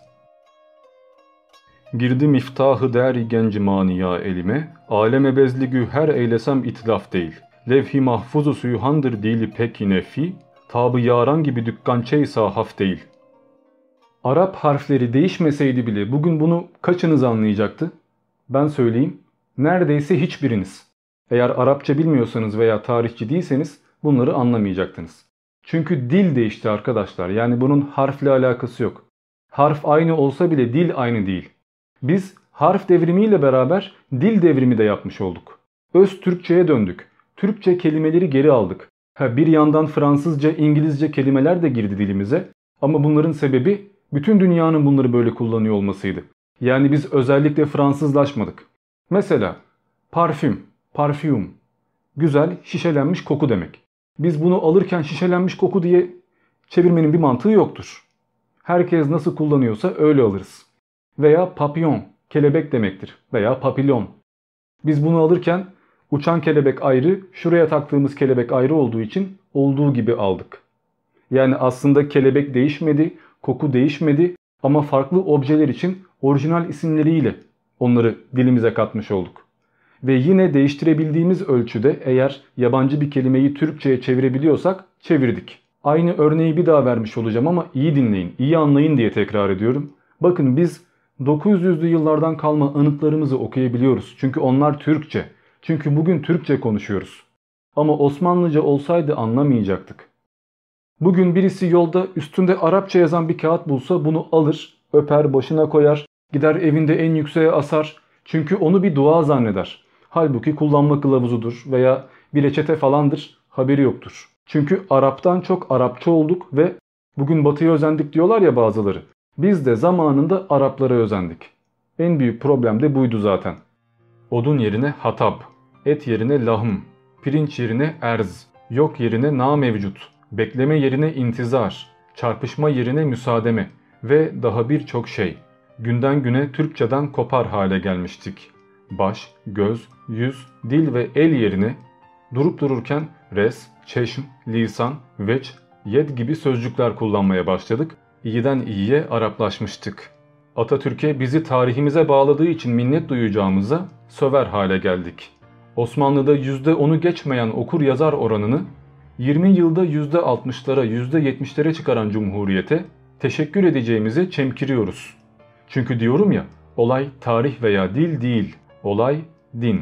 Girdi miftahı der-i genci maniya elime, aleme bezligü her eylesem itlaf değil. Levh-i mahfuzu suyuhandır dili peki nefi, tabı yaran gibi dükkançey sahaf değil. Arap harfleri değişmeseydi bile bugün bunu kaçınız anlayacaktı? Ben söyleyeyim, neredeyse hiçbiriniz. Eğer Arapça bilmiyorsanız veya tarihçi değilseniz bunları anlamayacaktınız. Çünkü dil değişti arkadaşlar, yani bunun harfle alakası yok. Harf aynı olsa bile dil aynı değil. Biz harf devrimiyle beraber dil devrimi de yapmış olduk. Öz Türkçe'ye döndük. Türkçe kelimeleri geri aldık. Ha, bir yandan Fransızca, İngilizce kelimeler de girdi dilimize. Ama bunların sebebi bütün dünyanın bunları böyle kullanıyor olmasıydı. Yani biz özellikle Fransızlaşmadık. Mesela parfüm, parfüm, güzel şişelenmiş koku demek. Biz bunu alırken şişelenmiş koku diye çevirmenin bir mantığı yoktur. Herkes nasıl kullanıyorsa öyle alırız. Veya papillon, kelebek demektir veya papillon. Biz bunu alırken uçan kelebek ayrı, şuraya taktığımız kelebek ayrı olduğu için olduğu gibi aldık. Yani aslında kelebek değişmedi, koku değişmedi ama farklı objeler için orijinal isimleriyle onları dilimize katmış olduk. Ve yine değiştirebildiğimiz ölçüde eğer yabancı bir kelimeyi Türkçe'ye çevirebiliyorsak çevirdik. Aynı örneği bir daha vermiş olacağım ama iyi dinleyin, iyi anlayın diye tekrar ediyorum. Bakın biz dokuz yüzlü yıllardan kalma anıtlarımızı okuyabiliyoruz. Çünkü onlar Türkçe. Çünkü bugün Türkçe konuşuyoruz. Ama Osmanlıca olsaydı anlamayacaktık. Bugün birisi yolda üstünde Arapça yazan bir kağıt bulsa bunu alır, öper, başına koyar, gider evinde en yükseğe asar. Çünkü onu bir dua zanneder. Halbuki kullanma kılavuzudur veya bir reçete falandır, haberi yoktur. Çünkü Arap'tan çok Arapça olduk ve bugün Batı'ya özendik diyorlar ya bazıları. Biz de zamanında Araplara özendik. En büyük problem de buydu zaten. Odun yerine hatab, et yerine lahım, pirinç yerine erz, yok yerine na mevcut, bekleme yerine intizar, çarpışma yerine müsaademe ve daha birçok şey. Günden güne Türkçeden kopar hale gelmiştik. Baş, göz, yüz, dil ve el yerine durup dururken res, çeşm, lisan, veç, yed gibi sözcükler kullanmaya başladık. İyiden iyiye Araplaşmıştık. Atatürk'e bizi tarihimize bağladığı için minnet duyacağımıza söver hale geldik. Osmanlı'da yüzde onu geçmeyen okur yazar oranını yirmi yılda yüzde altmışlara yüzde yetmişlere çıkaran Cumhuriyete teşekkür edeceğimize çemkiriyoruz. Çünkü diyorum ya, olay tarih veya dil değil, olay din.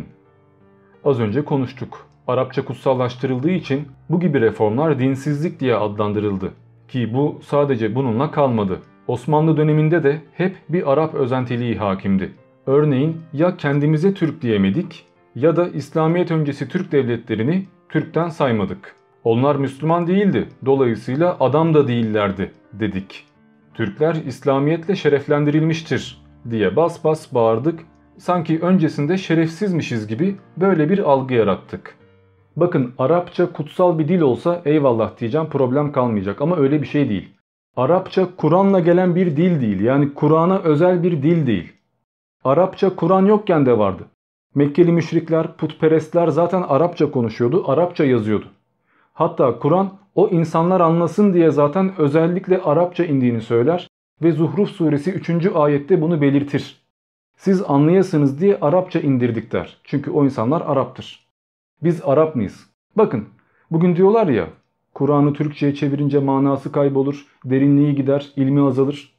Az önce konuştuk. Arapça kutsallaştırıldığı için bu gibi reformlar dinsizlik diye adlandırıldı. Ki bu sadece bununla kalmadı. Osmanlı döneminde de hep bir Arap özentiliği hakimdi. Örneğin ya kendimize Türk diyemedik ya da İslamiyet öncesi Türk devletlerini Türk'ten saymadık. Onlar Müslüman değildi, dolayısıyla adam da değillerdi dedik. Türkler İslamiyetle şereflendirilmiştir diye bas bas bağırdık. Sanki öncesinde şerefsizmişiz gibi böyle bir algı yarattık. Bakın, Arapça kutsal bir dil olsa eyvallah diyeceğim, problem kalmayacak ama öyle bir şey değil. Arapça Kur'an'la gelen bir dil değil, yani Kur'an'a özel bir dil değil. Arapça Kur'an yokken de vardı. Mekkeli müşrikler, putperestler zaten Arapça konuşuyordu, Arapça yazıyordu. Hatta Kur'an o insanlar anlasın diye zaten özellikle Arapça indiğini söyler ve Zuhruf suresi üçüncü ayette bunu belirtir. Siz anlayasınız diye Arapça indirdik der. Çünkü o insanlar Arap'tır. Biz Arap mıyız? Bakın, bugün diyorlar ya, Kur'an'ı Türkçe'ye çevirince manası kaybolur, derinliği gider, ilmi azalır.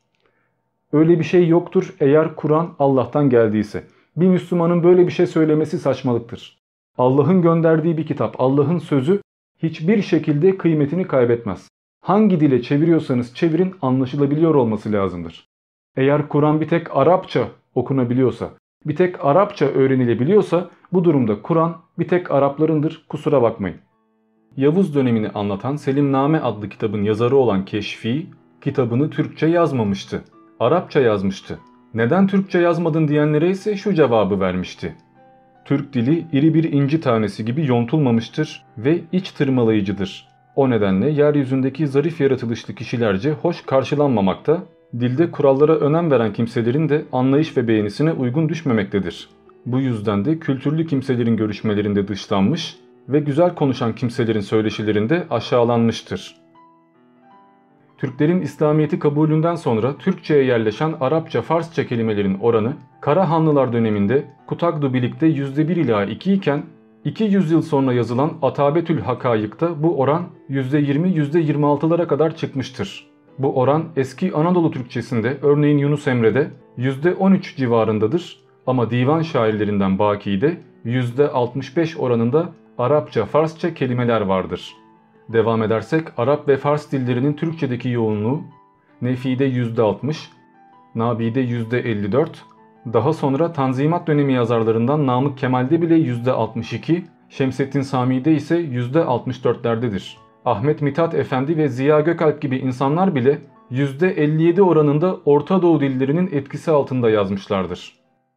Öyle bir şey yoktur eğer Kur'an Allah'tan geldiyse. Bir Müslümanın böyle bir şey söylemesi saçmalıktır. Allah'ın gönderdiği bir kitap, Allah'ın sözü hiçbir şekilde kıymetini kaybetmez. Hangi dile çeviriyorsanız çevirin, anlaşılabiliyor olması lazımdır. Eğer Kur'an bir tek Arapça okunabiliyorsa, bir tek Arapça öğrenilebiliyorsa bu durumda Kur'an bir tek Araplarındır, kusura bakmayın. Yavuz dönemini anlatan Selimname adlı kitabın yazarı olan Keşfi kitabını Türkçe yazmamıştı. Arapça yazmıştı. Neden Türkçe yazmadın diyenlere ise şu cevabı vermişti. Türk dili iri bir inci tanesi gibi yontulmamıştır ve iç tırmalayıcıdır. O nedenle yeryüzündeki zarif yaratılışlı kişilerce hoş karşılanmamakta, dilde kurallara önem veren kimselerin de anlayış ve beğenisine uygun düşmemektedir. Bu yüzden de kültürlü kimselerin görüşmelerinde dışlanmış ve güzel konuşan kimselerin söyleşilerinde aşağılanmıştır. Türklerin İslamiyet'i kabulünden sonra Türkçe'ye yerleşen Arapça, Farsça kelimelerin oranı Karahanlılar döneminde Kutagdu Bilik'te yüzde bir ila iki iken iki yüzyıl sonra yazılan Atabetül Hakayık'ta bu oran yüzde yirmi yüzde yirmi altılara kadar çıkmıştır. Bu oran eski Anadolu Türkçesinde örneğin Yunus Emre'de yüzde on üç civarındadır ama divan şairlerinden Baki'de yüzde altmış beş oranında Arapça, Farsça kelimeler vardır. Devam edersek Arap ve Fars dillerinin Türkçedeki yoğunluğu Nefi'de yüzde altmış, Nabi'de yüzde elli dört, daha sonra Tanzimat dönemi yazarlarından Namık Kemal'de bile yüzde altmış iki, Şemsettin Sami'de ise yüzde altmış dörtlerdedir. Ahmet Mithat Efendi ve Ziya Gökalp gibi insanlar bile yüzde elli yedi oranında Orta Doğu dillerinin etkisi altında yazmışlardır.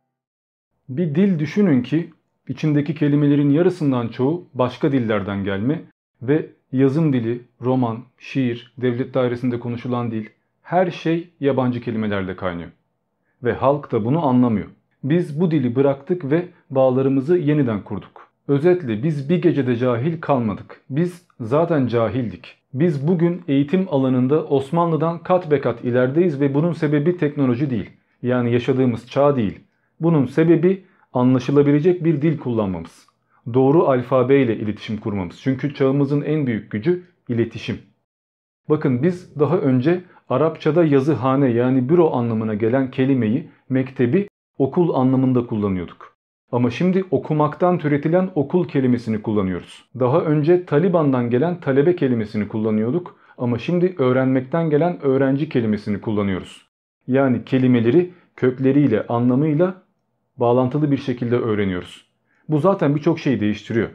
Bir dil düşünün ki içindeki kelimelerin yarısından çoğu başka dillerden gelme ve yazım dili, roman, şiir, devlet dairesinde konuşulan dil, her şey yabancı kelimelerle kaynıyor. Ve halk da bunu anlamıyor. Biz bu dili bıraktık ve bağlarımızı yeniden kurduk. Özetle biz bir gecede cahil kalmadık. Biz zaten cahildik. Biz bugün eğitim alanında Osmanlı'dan kat be kat ilerideyiz ve bunun sebebi teknoloji değil. Yani yaşadığımız çağ değil. Bunun sebebi anlaşılabilecek bir dil kullanmamız. Doğru alfabe ile iletişim kurmamız. Çünkü çağımızın en büyük gücü iletişim. Bakın biz daha önce Arapçada yazıhane yani büro anlamına gelen kelimeyi, mektebi okul anlamında kullanıyorduk. Ama şimdi okumaktan türetilen okul kelimesini kullanıyoruz. Daha önce Taliban'dan gelen talebe kelimesini kullanıyorduk ama şimdi öğrenmekten gelen öğrenci kelimesini kullanıyoruz. Yani kelimeleri kökleriyle, anlamıyla bağlantılı bir şekilde öğreniyoruz. Bu zaten birçok şeyi değiştiriyor.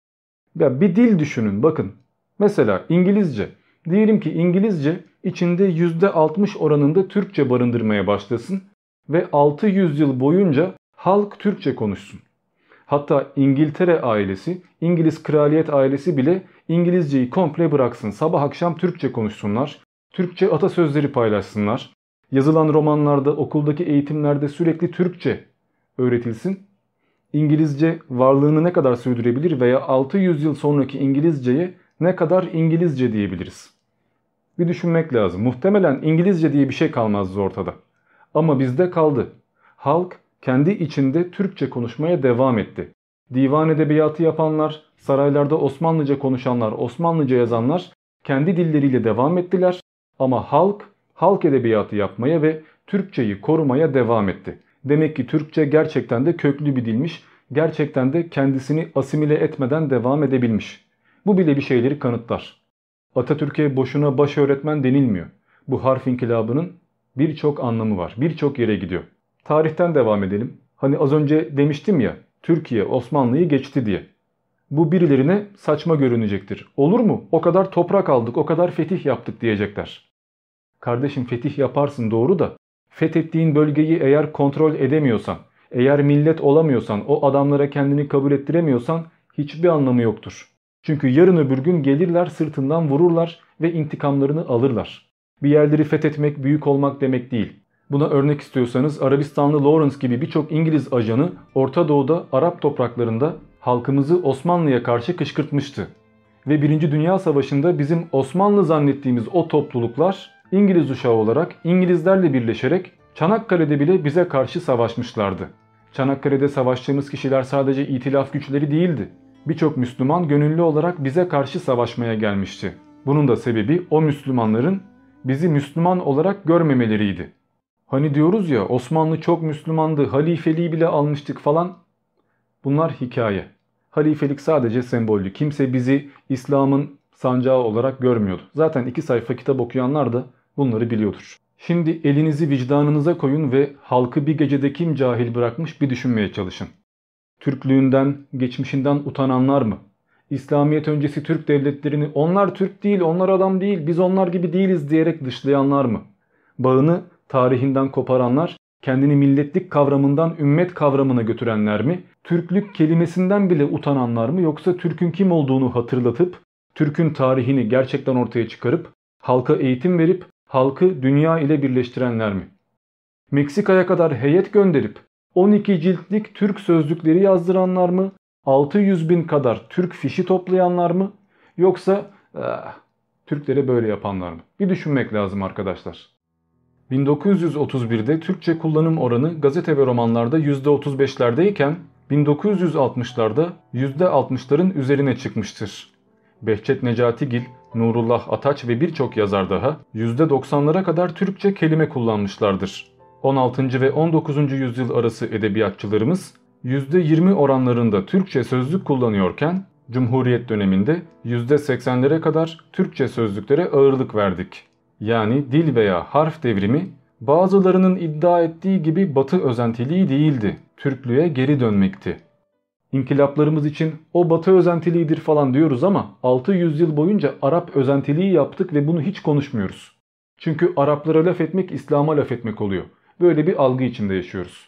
Ya bir dil düşünün, bakın. Mesela İngilizce. Diyelim ki İngilizce içinde yüzde altmış oranında Türkçe barındırmaya başlasın ve altı yüz yıl boyunca halk Türkçe konuşsun. Hatta İngiltere ailesi, İngiliz kraliyet ailesi bile İngilizceyi komple bıraksın. Sabah akşam Türkçe konuşsunlar. Türkçe atasözleri paylaşsınlar. Yazılan romanlarda, okuldaki eğitimlerde sürekli Türkçe öğretilsin. İngilizce varlığını ne kadar sürdürebilir veya altı yüz yıl sonraki İngilizceye ne kadar İngilizce diyebiliriz? Bir düşünmek lazım. Muhtemelen İngilizce diye bir şey kalmazdı ortada. Ama bizde kaldı. Halk kendi içinde Türkçe konuşmaya devam etti. Divan edebiyatı yapanlar, saraylarda Osmanlıca konuşanlar, Osmanlıca yazanlar kendi dilleriyle devam ettiler. Ama halk, halk edebiyatı yapmaya ve Türkçeyi korumaya devam etti. Demek ki Türkçe gerçekten de köklü bir dilmiş. Gerçekten de kendisini asimile etmeden devam edebilmiş. Bu bile bir şeyleri kanıtlar. Atatürk'e boşuna baş öğretmen denilmiyor. Bu harf inkılabının birçok anlamı var. Birçok yere gidiyor. Tarihten devam edelim. Hani az önce demiştim ya, Türkiye Osmanlı'yı geçti diye. Bu birilerine saçma görünecektir. Olur mu? O kadar toprak aldık, o kadar fetih yaptık diyecekler. Kardeşim, fetih yaparsın doğru da fethettiğin bölgeyi eğer kontrol edemiyorsan, eğer millet olamıyorsan, o adamlara kendini kabul ettiremiyorsan hiçbir anlamı yoktur. Çünkü yarın öbür gün gelirler, sırtından vururlar ve intikamlarını alırlar. Bir yerleri fethetmek büyük olmak demek değil. Buna örnek istiyorsanız Arabistanlı Lawrence gibi birçok İngiliz ajanı Orta Doğu'da, Arap topraklarında halkımızı Osmanlı'ya karşı kışkırtmıştı. Ve Birinci Dünya Savaşı'nda bizim Osmanlı zannettiğimiz o topluluklar İngiliz uşağı olarak İngilizlerle birleşerek Çanakkale'de bile bize karşı savaşmışlardı. Çanakkale'de savaştığımız kişiler sadece itilaf güçleri değildi. Birçok Müslüman gönüllü olarak bize karşı savaşmaya gelmişti. Bunun da sebebi o Müslümanların bizi Müslüman olarak görmemeleriydi. Hani diyoruz ya, Osmanlı çok Müslümandı, halifeliği bile almıştık falan. Bunlar hikaye. Halifelik sadece semboldü. Kimse bizi İslam'ın sancağı olarak görmüyordu. Zaten iki sayfa kitap okuyanlar da bunları biliyordur. Şimdi elinizi vicdanınıza koyun ve halkı bir gecede kim cahil bırakmış bir düşünmeye çalışın. Türklüğünden, geçmişinden utananlar mı? İslamiyet öncesi Türk devletlerini onlar Türk değil, onlar adam değil, biz onlar gibi değiliz diyerek dışlayanlar mı? Bağını tarihinden koparanlar, kendini milletlik kavramından ümmet kavramına götürenler mi? Türklük kelimesinden bile utananlar mı? Yoksa Türk'ün kim olduğunu hatırlatıp, Türk'ün tarihini gerçekten ortaya çıkarıp, halka eğitim verip, halkı dünya ile birleştirenler mi? Meksika'ya kadar heyet gönderip, on iki ciltlik Türk sözlükleri yazdıranlar mı? altı yüz bin kadar Türk fişi toplayanlar mı? Yoksa eh, Türklere böyle yapanlar mı? Bir düşünmek lazım arkadaşlar. bin dokuz yüz otuz birde Türkçe kullanım oranı gazete ve romanlarda yüzde otuz beşlerdeyken bin dokuz yüz altmışlarda yüzde altmışların üzerine çıkmıştır. Behçet Necatigil, Nurullah Ataç ve birçok yazar daha yüzde doksanlara kadar Türkçe kelime kullanmışlardır. on altıncı ve on dokuzuncu yüzyıl arası edebiyatçılarımız yüzde yirmi oranlarında Türkçe sözlük kullanıyorken Cumhuriyet döneminde yüzde seksenlere kadar Türkçe sözlüklere ağırlık verdik. Yani dil veya harf devrimi bazılarının iddia ettiği gibi Batı özentiliği değildi. Türklüğe geri dönmekti. İnkılaplarımız için o Batı özentiliğidir falan diyoruz ama altı yüz yıl boyunca Arap özentiliği yaptık ve bunu hiç konuşmuyoruz. Çünkü Araplara laf etmek İslam'a laf etmek oluyor. Böyle bir algı içinde yaşıyoruz.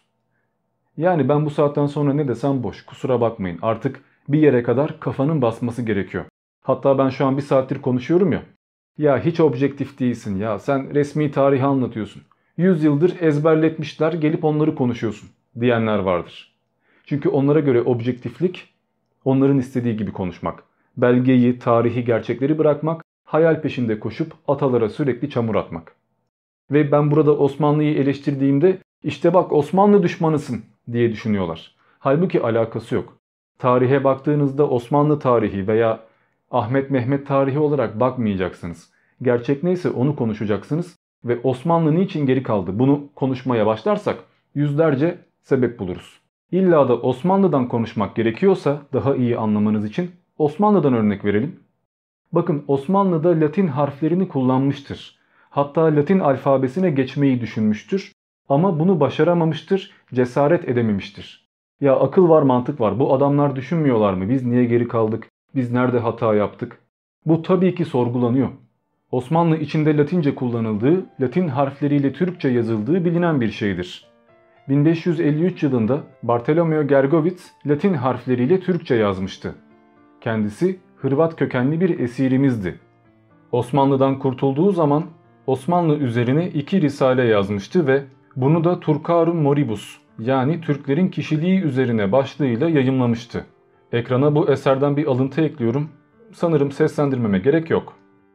Yani ben bu saatten sonra ne desem boş, kusura bakmayın. Artık bir yere kadar kafanın basması gerekiyor. Hatta ben şu an bir saattir konuşuyorum ya. Ya hiç objektif değilsin ya, sen resmi tarihi anlatıyorsun. yüz yıldır ezberletmişler, gelip onları konuşuyorsun diyenler vardır. Çünkü onlara göre objektiflik onların istediği gibi konuşmak. Belgeyi, tarihi, gerçekleri bırakmak, hayal peşinde koşup atalara sürekli çamur atmak. Ve ben burada Osmanlı'yı eleştirdiğimde işte bak Osmanlı düşmanısın diye düşünüyorlar. Halbuki alakası yok. Tarihe baktığınızda Osmanlı tarihi veya Ahmet Mehmet tarihi olarak bakmayacaksınız. Gerçek neyse onu konuşacaksınız ve Osmanlı niçin geri kaldı bunu konuşmaya başlarsak yüzlerce sebep buluruz. İlla da Osmanlı'dan konuşmak gerekiyorsa daha iyi anlamanız için Osmanlı'dan örnek verelim. Bakın, Osmanlı'da Latin harflerini kullanmıştır. Hatta Latin alfabesine geçmeyi düşünmüştür. Ama bunu başaramamıştır, cesaret edememiştir. Ya akıl var, mantık var. Bu adamlar düşünmüyorlar mı? Biz niye geri kaldık? Biz nerede hata yaptık? Bu tabii ki sorgulanıyor. Osmanlı içinde Latince kullanıldığı, Latin harfleriyle Türkçe yazıldığı bilinen bir şeydir. bin beş yüz elli üç yılında Bartolomeo Gergovitz Latin harfleriyle Türkçe yazmıştı. Kendisi Hırvat kökenli bir esirimizdi. Osmanlı'dan kurtulduğu zaman Osmanlı üzerine iki risale yazmıştı ve bunu da Turcarum Moribus, yani Türklerin kişiliği üzerine başlığıyla yayımlamıştı. Ekrana bu eserden bir alıntı ekliyorum. Sanırım seslendirmeme gerek yok.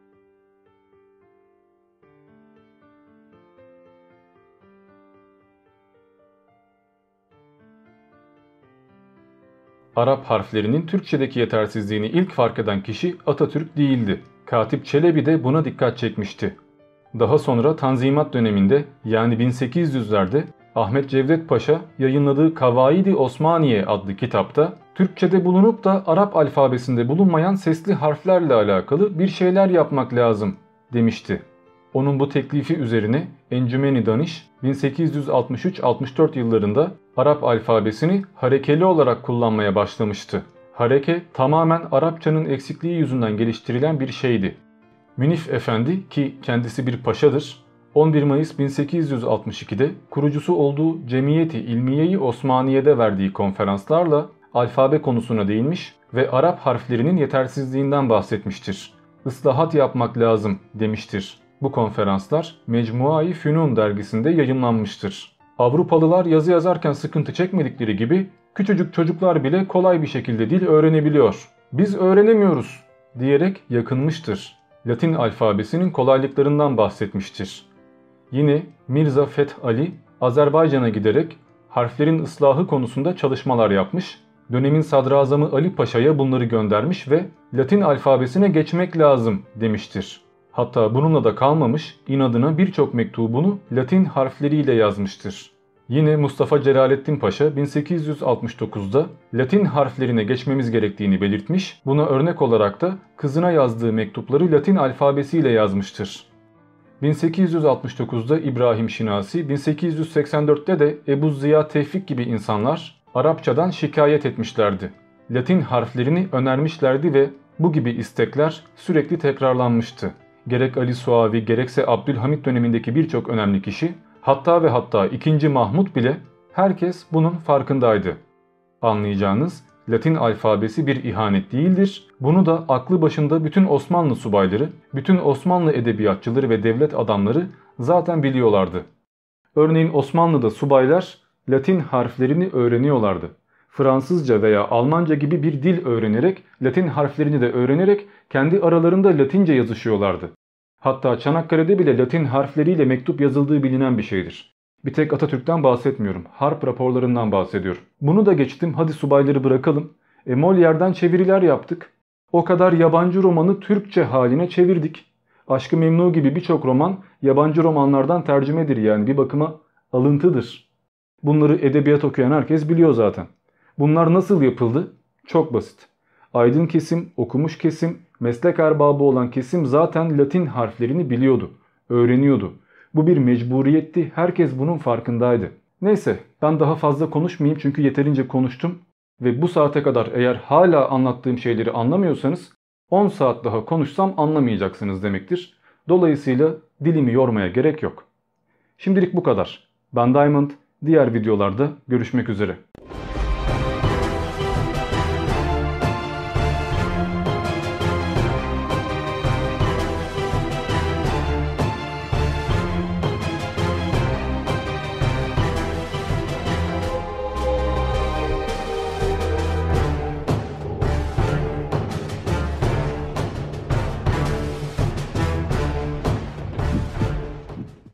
Arap harflerinin Türkçedeki yetersizliğini ilk fark eden kişi Atatürk değildi. Katip Çelebi de buna dikkat çekmişti. Daha sonra Tanzimat döneminde, yani bin sekiz yüzlerde Ahmet Cevdet Paşa yayınladığı Kavaidi Osmaniye adlı kitapta Türkçede bulunup da Arap alfabesinde bulunmayan sesli harflerle alakalı bir şeyler yapmak lazım demişti. Onun bu teklifi üzerine Encümeni Daniş bin sekiz yüz altmış üç altmış dört yıllarında Arap alfabesini harekeli olarak kullanmaya başlamıştı. Hareke tamamen Arapçanın eksikliği yüzünden geliştirilen bir şeydi. Münif Efendi, ki kendisi bir paşadır, on bir Mayıs bin sekiz yüz altmış ikide kurucusu olduğu Cemiyeti İlmiye-i Osmaniye'de verdiği konferanslarla alfabe konusuna değinmiş ve Arap harflerinin yetersizliğinden bahsetmiştir. Islahat yapmak lazım demiştir. Bu konferanslar Mecmua-i Fünun dergisinde yayımlanmıştır. Avrupalılar yazı yazarken sıkıntı çekmedikleri gibi küçücük çocuklar bile kolay bir şekilde dil öğrenebiliyor. Biz öğrenemiyoruz diyerek yakınmıştır. Latin alfabesinin kolaylıklarından bahsetmiştir. Yine Mirza Feth Ali Azerbaycan'a giderek harflerin ıslahı konusunda çalışmalar yapmış, dönemin sadrazamı Ali Paşa'ya bunları göndermiş ve Latin alfabesine geçmek lazım demiştir. Hatta bununla da kalmamış, inadına birçok mektubunu Latin harfleriyle yazmıştır. Yine Mustafa Celaleddin Paşa bin sekiz yüz altmış dokuzda Latin harflerine geçmemiz gerektiğini belirtmiş, buna örnek olarak da kızına yazdığı mektupları Latin alfabesiyle yazmıştır. bin sekiz yüz altmış dokuzda İbrahim Şinasi, bin sekiz yüz seksen dörtte de Ebu Ziya Tevfik gibi insanlar Arapçadan şikayet etmişlerdi. Latin harflerini önermişlerdi ve bu gibi istekler sürekli tekrarlanmıştı. Gerek Ali Suavi gerekse Abdülhamit dönemindeki birçok önemli kişi, hatta ve hatta ikinci. Mahmut bile, herkes bunun farkındaydı. Anlayacağınız, Latin alfabesi bir ihanet değildir. Bunu da aklı başında bütün Osmanlı subayları, bütün Osmanlı edebiyatçıları ve devlet adamları zaten biliyorlardı. Örneğin Osmanlı'da subaylar Latin harflerini öğreniyorlardı. Fransızca veya Almanca gibi bir dil öğrenerek, Latin harflerini de öğrenerek kendi aralarında Latince yazışıyorlardı. Hatta Çanakkale'de bile Latin harfleriyle mektup yazıldığı bilinen bir şeydir. Bir tek Atatürk'ten bahsetmiyorum. Harp raporlarından bahsediyorum. Bunu da geçtim, hadi subayları bırakalım. E Molière'den çeviriler yaptık. O kadar yabancı romanı Türkçe haline çevirdik. Aşk-ı Memnu gibi birçok roman yabancı romanlardan tercümedir, yani bir bakıma alıntıdır. Bunları edebiyat okuyan herkes biliyor zaten. Bunlar nasıl yapıldı? Çok basit. Aydın kesim, okumuş kesim, meslek erbabı olan kesim zaten Latin harflerini biliyordu, öğreniyordu. Bu bir mecburiyetti, herkes bunun farkındaydı. Neyse, ben daha fazla konuşmayayım çünkü yeterince konuştum. Ve bu saate kadar eğer hala anlattığım şeyleri anlamıyorsanız on saat daha konuşsam anlamayacaksınız demektir. Dolayısıyla dilimi yormaya gerek yok. Şimdilik bu kadar. Ben Diamond, diğer videolarda görüşmek üzere.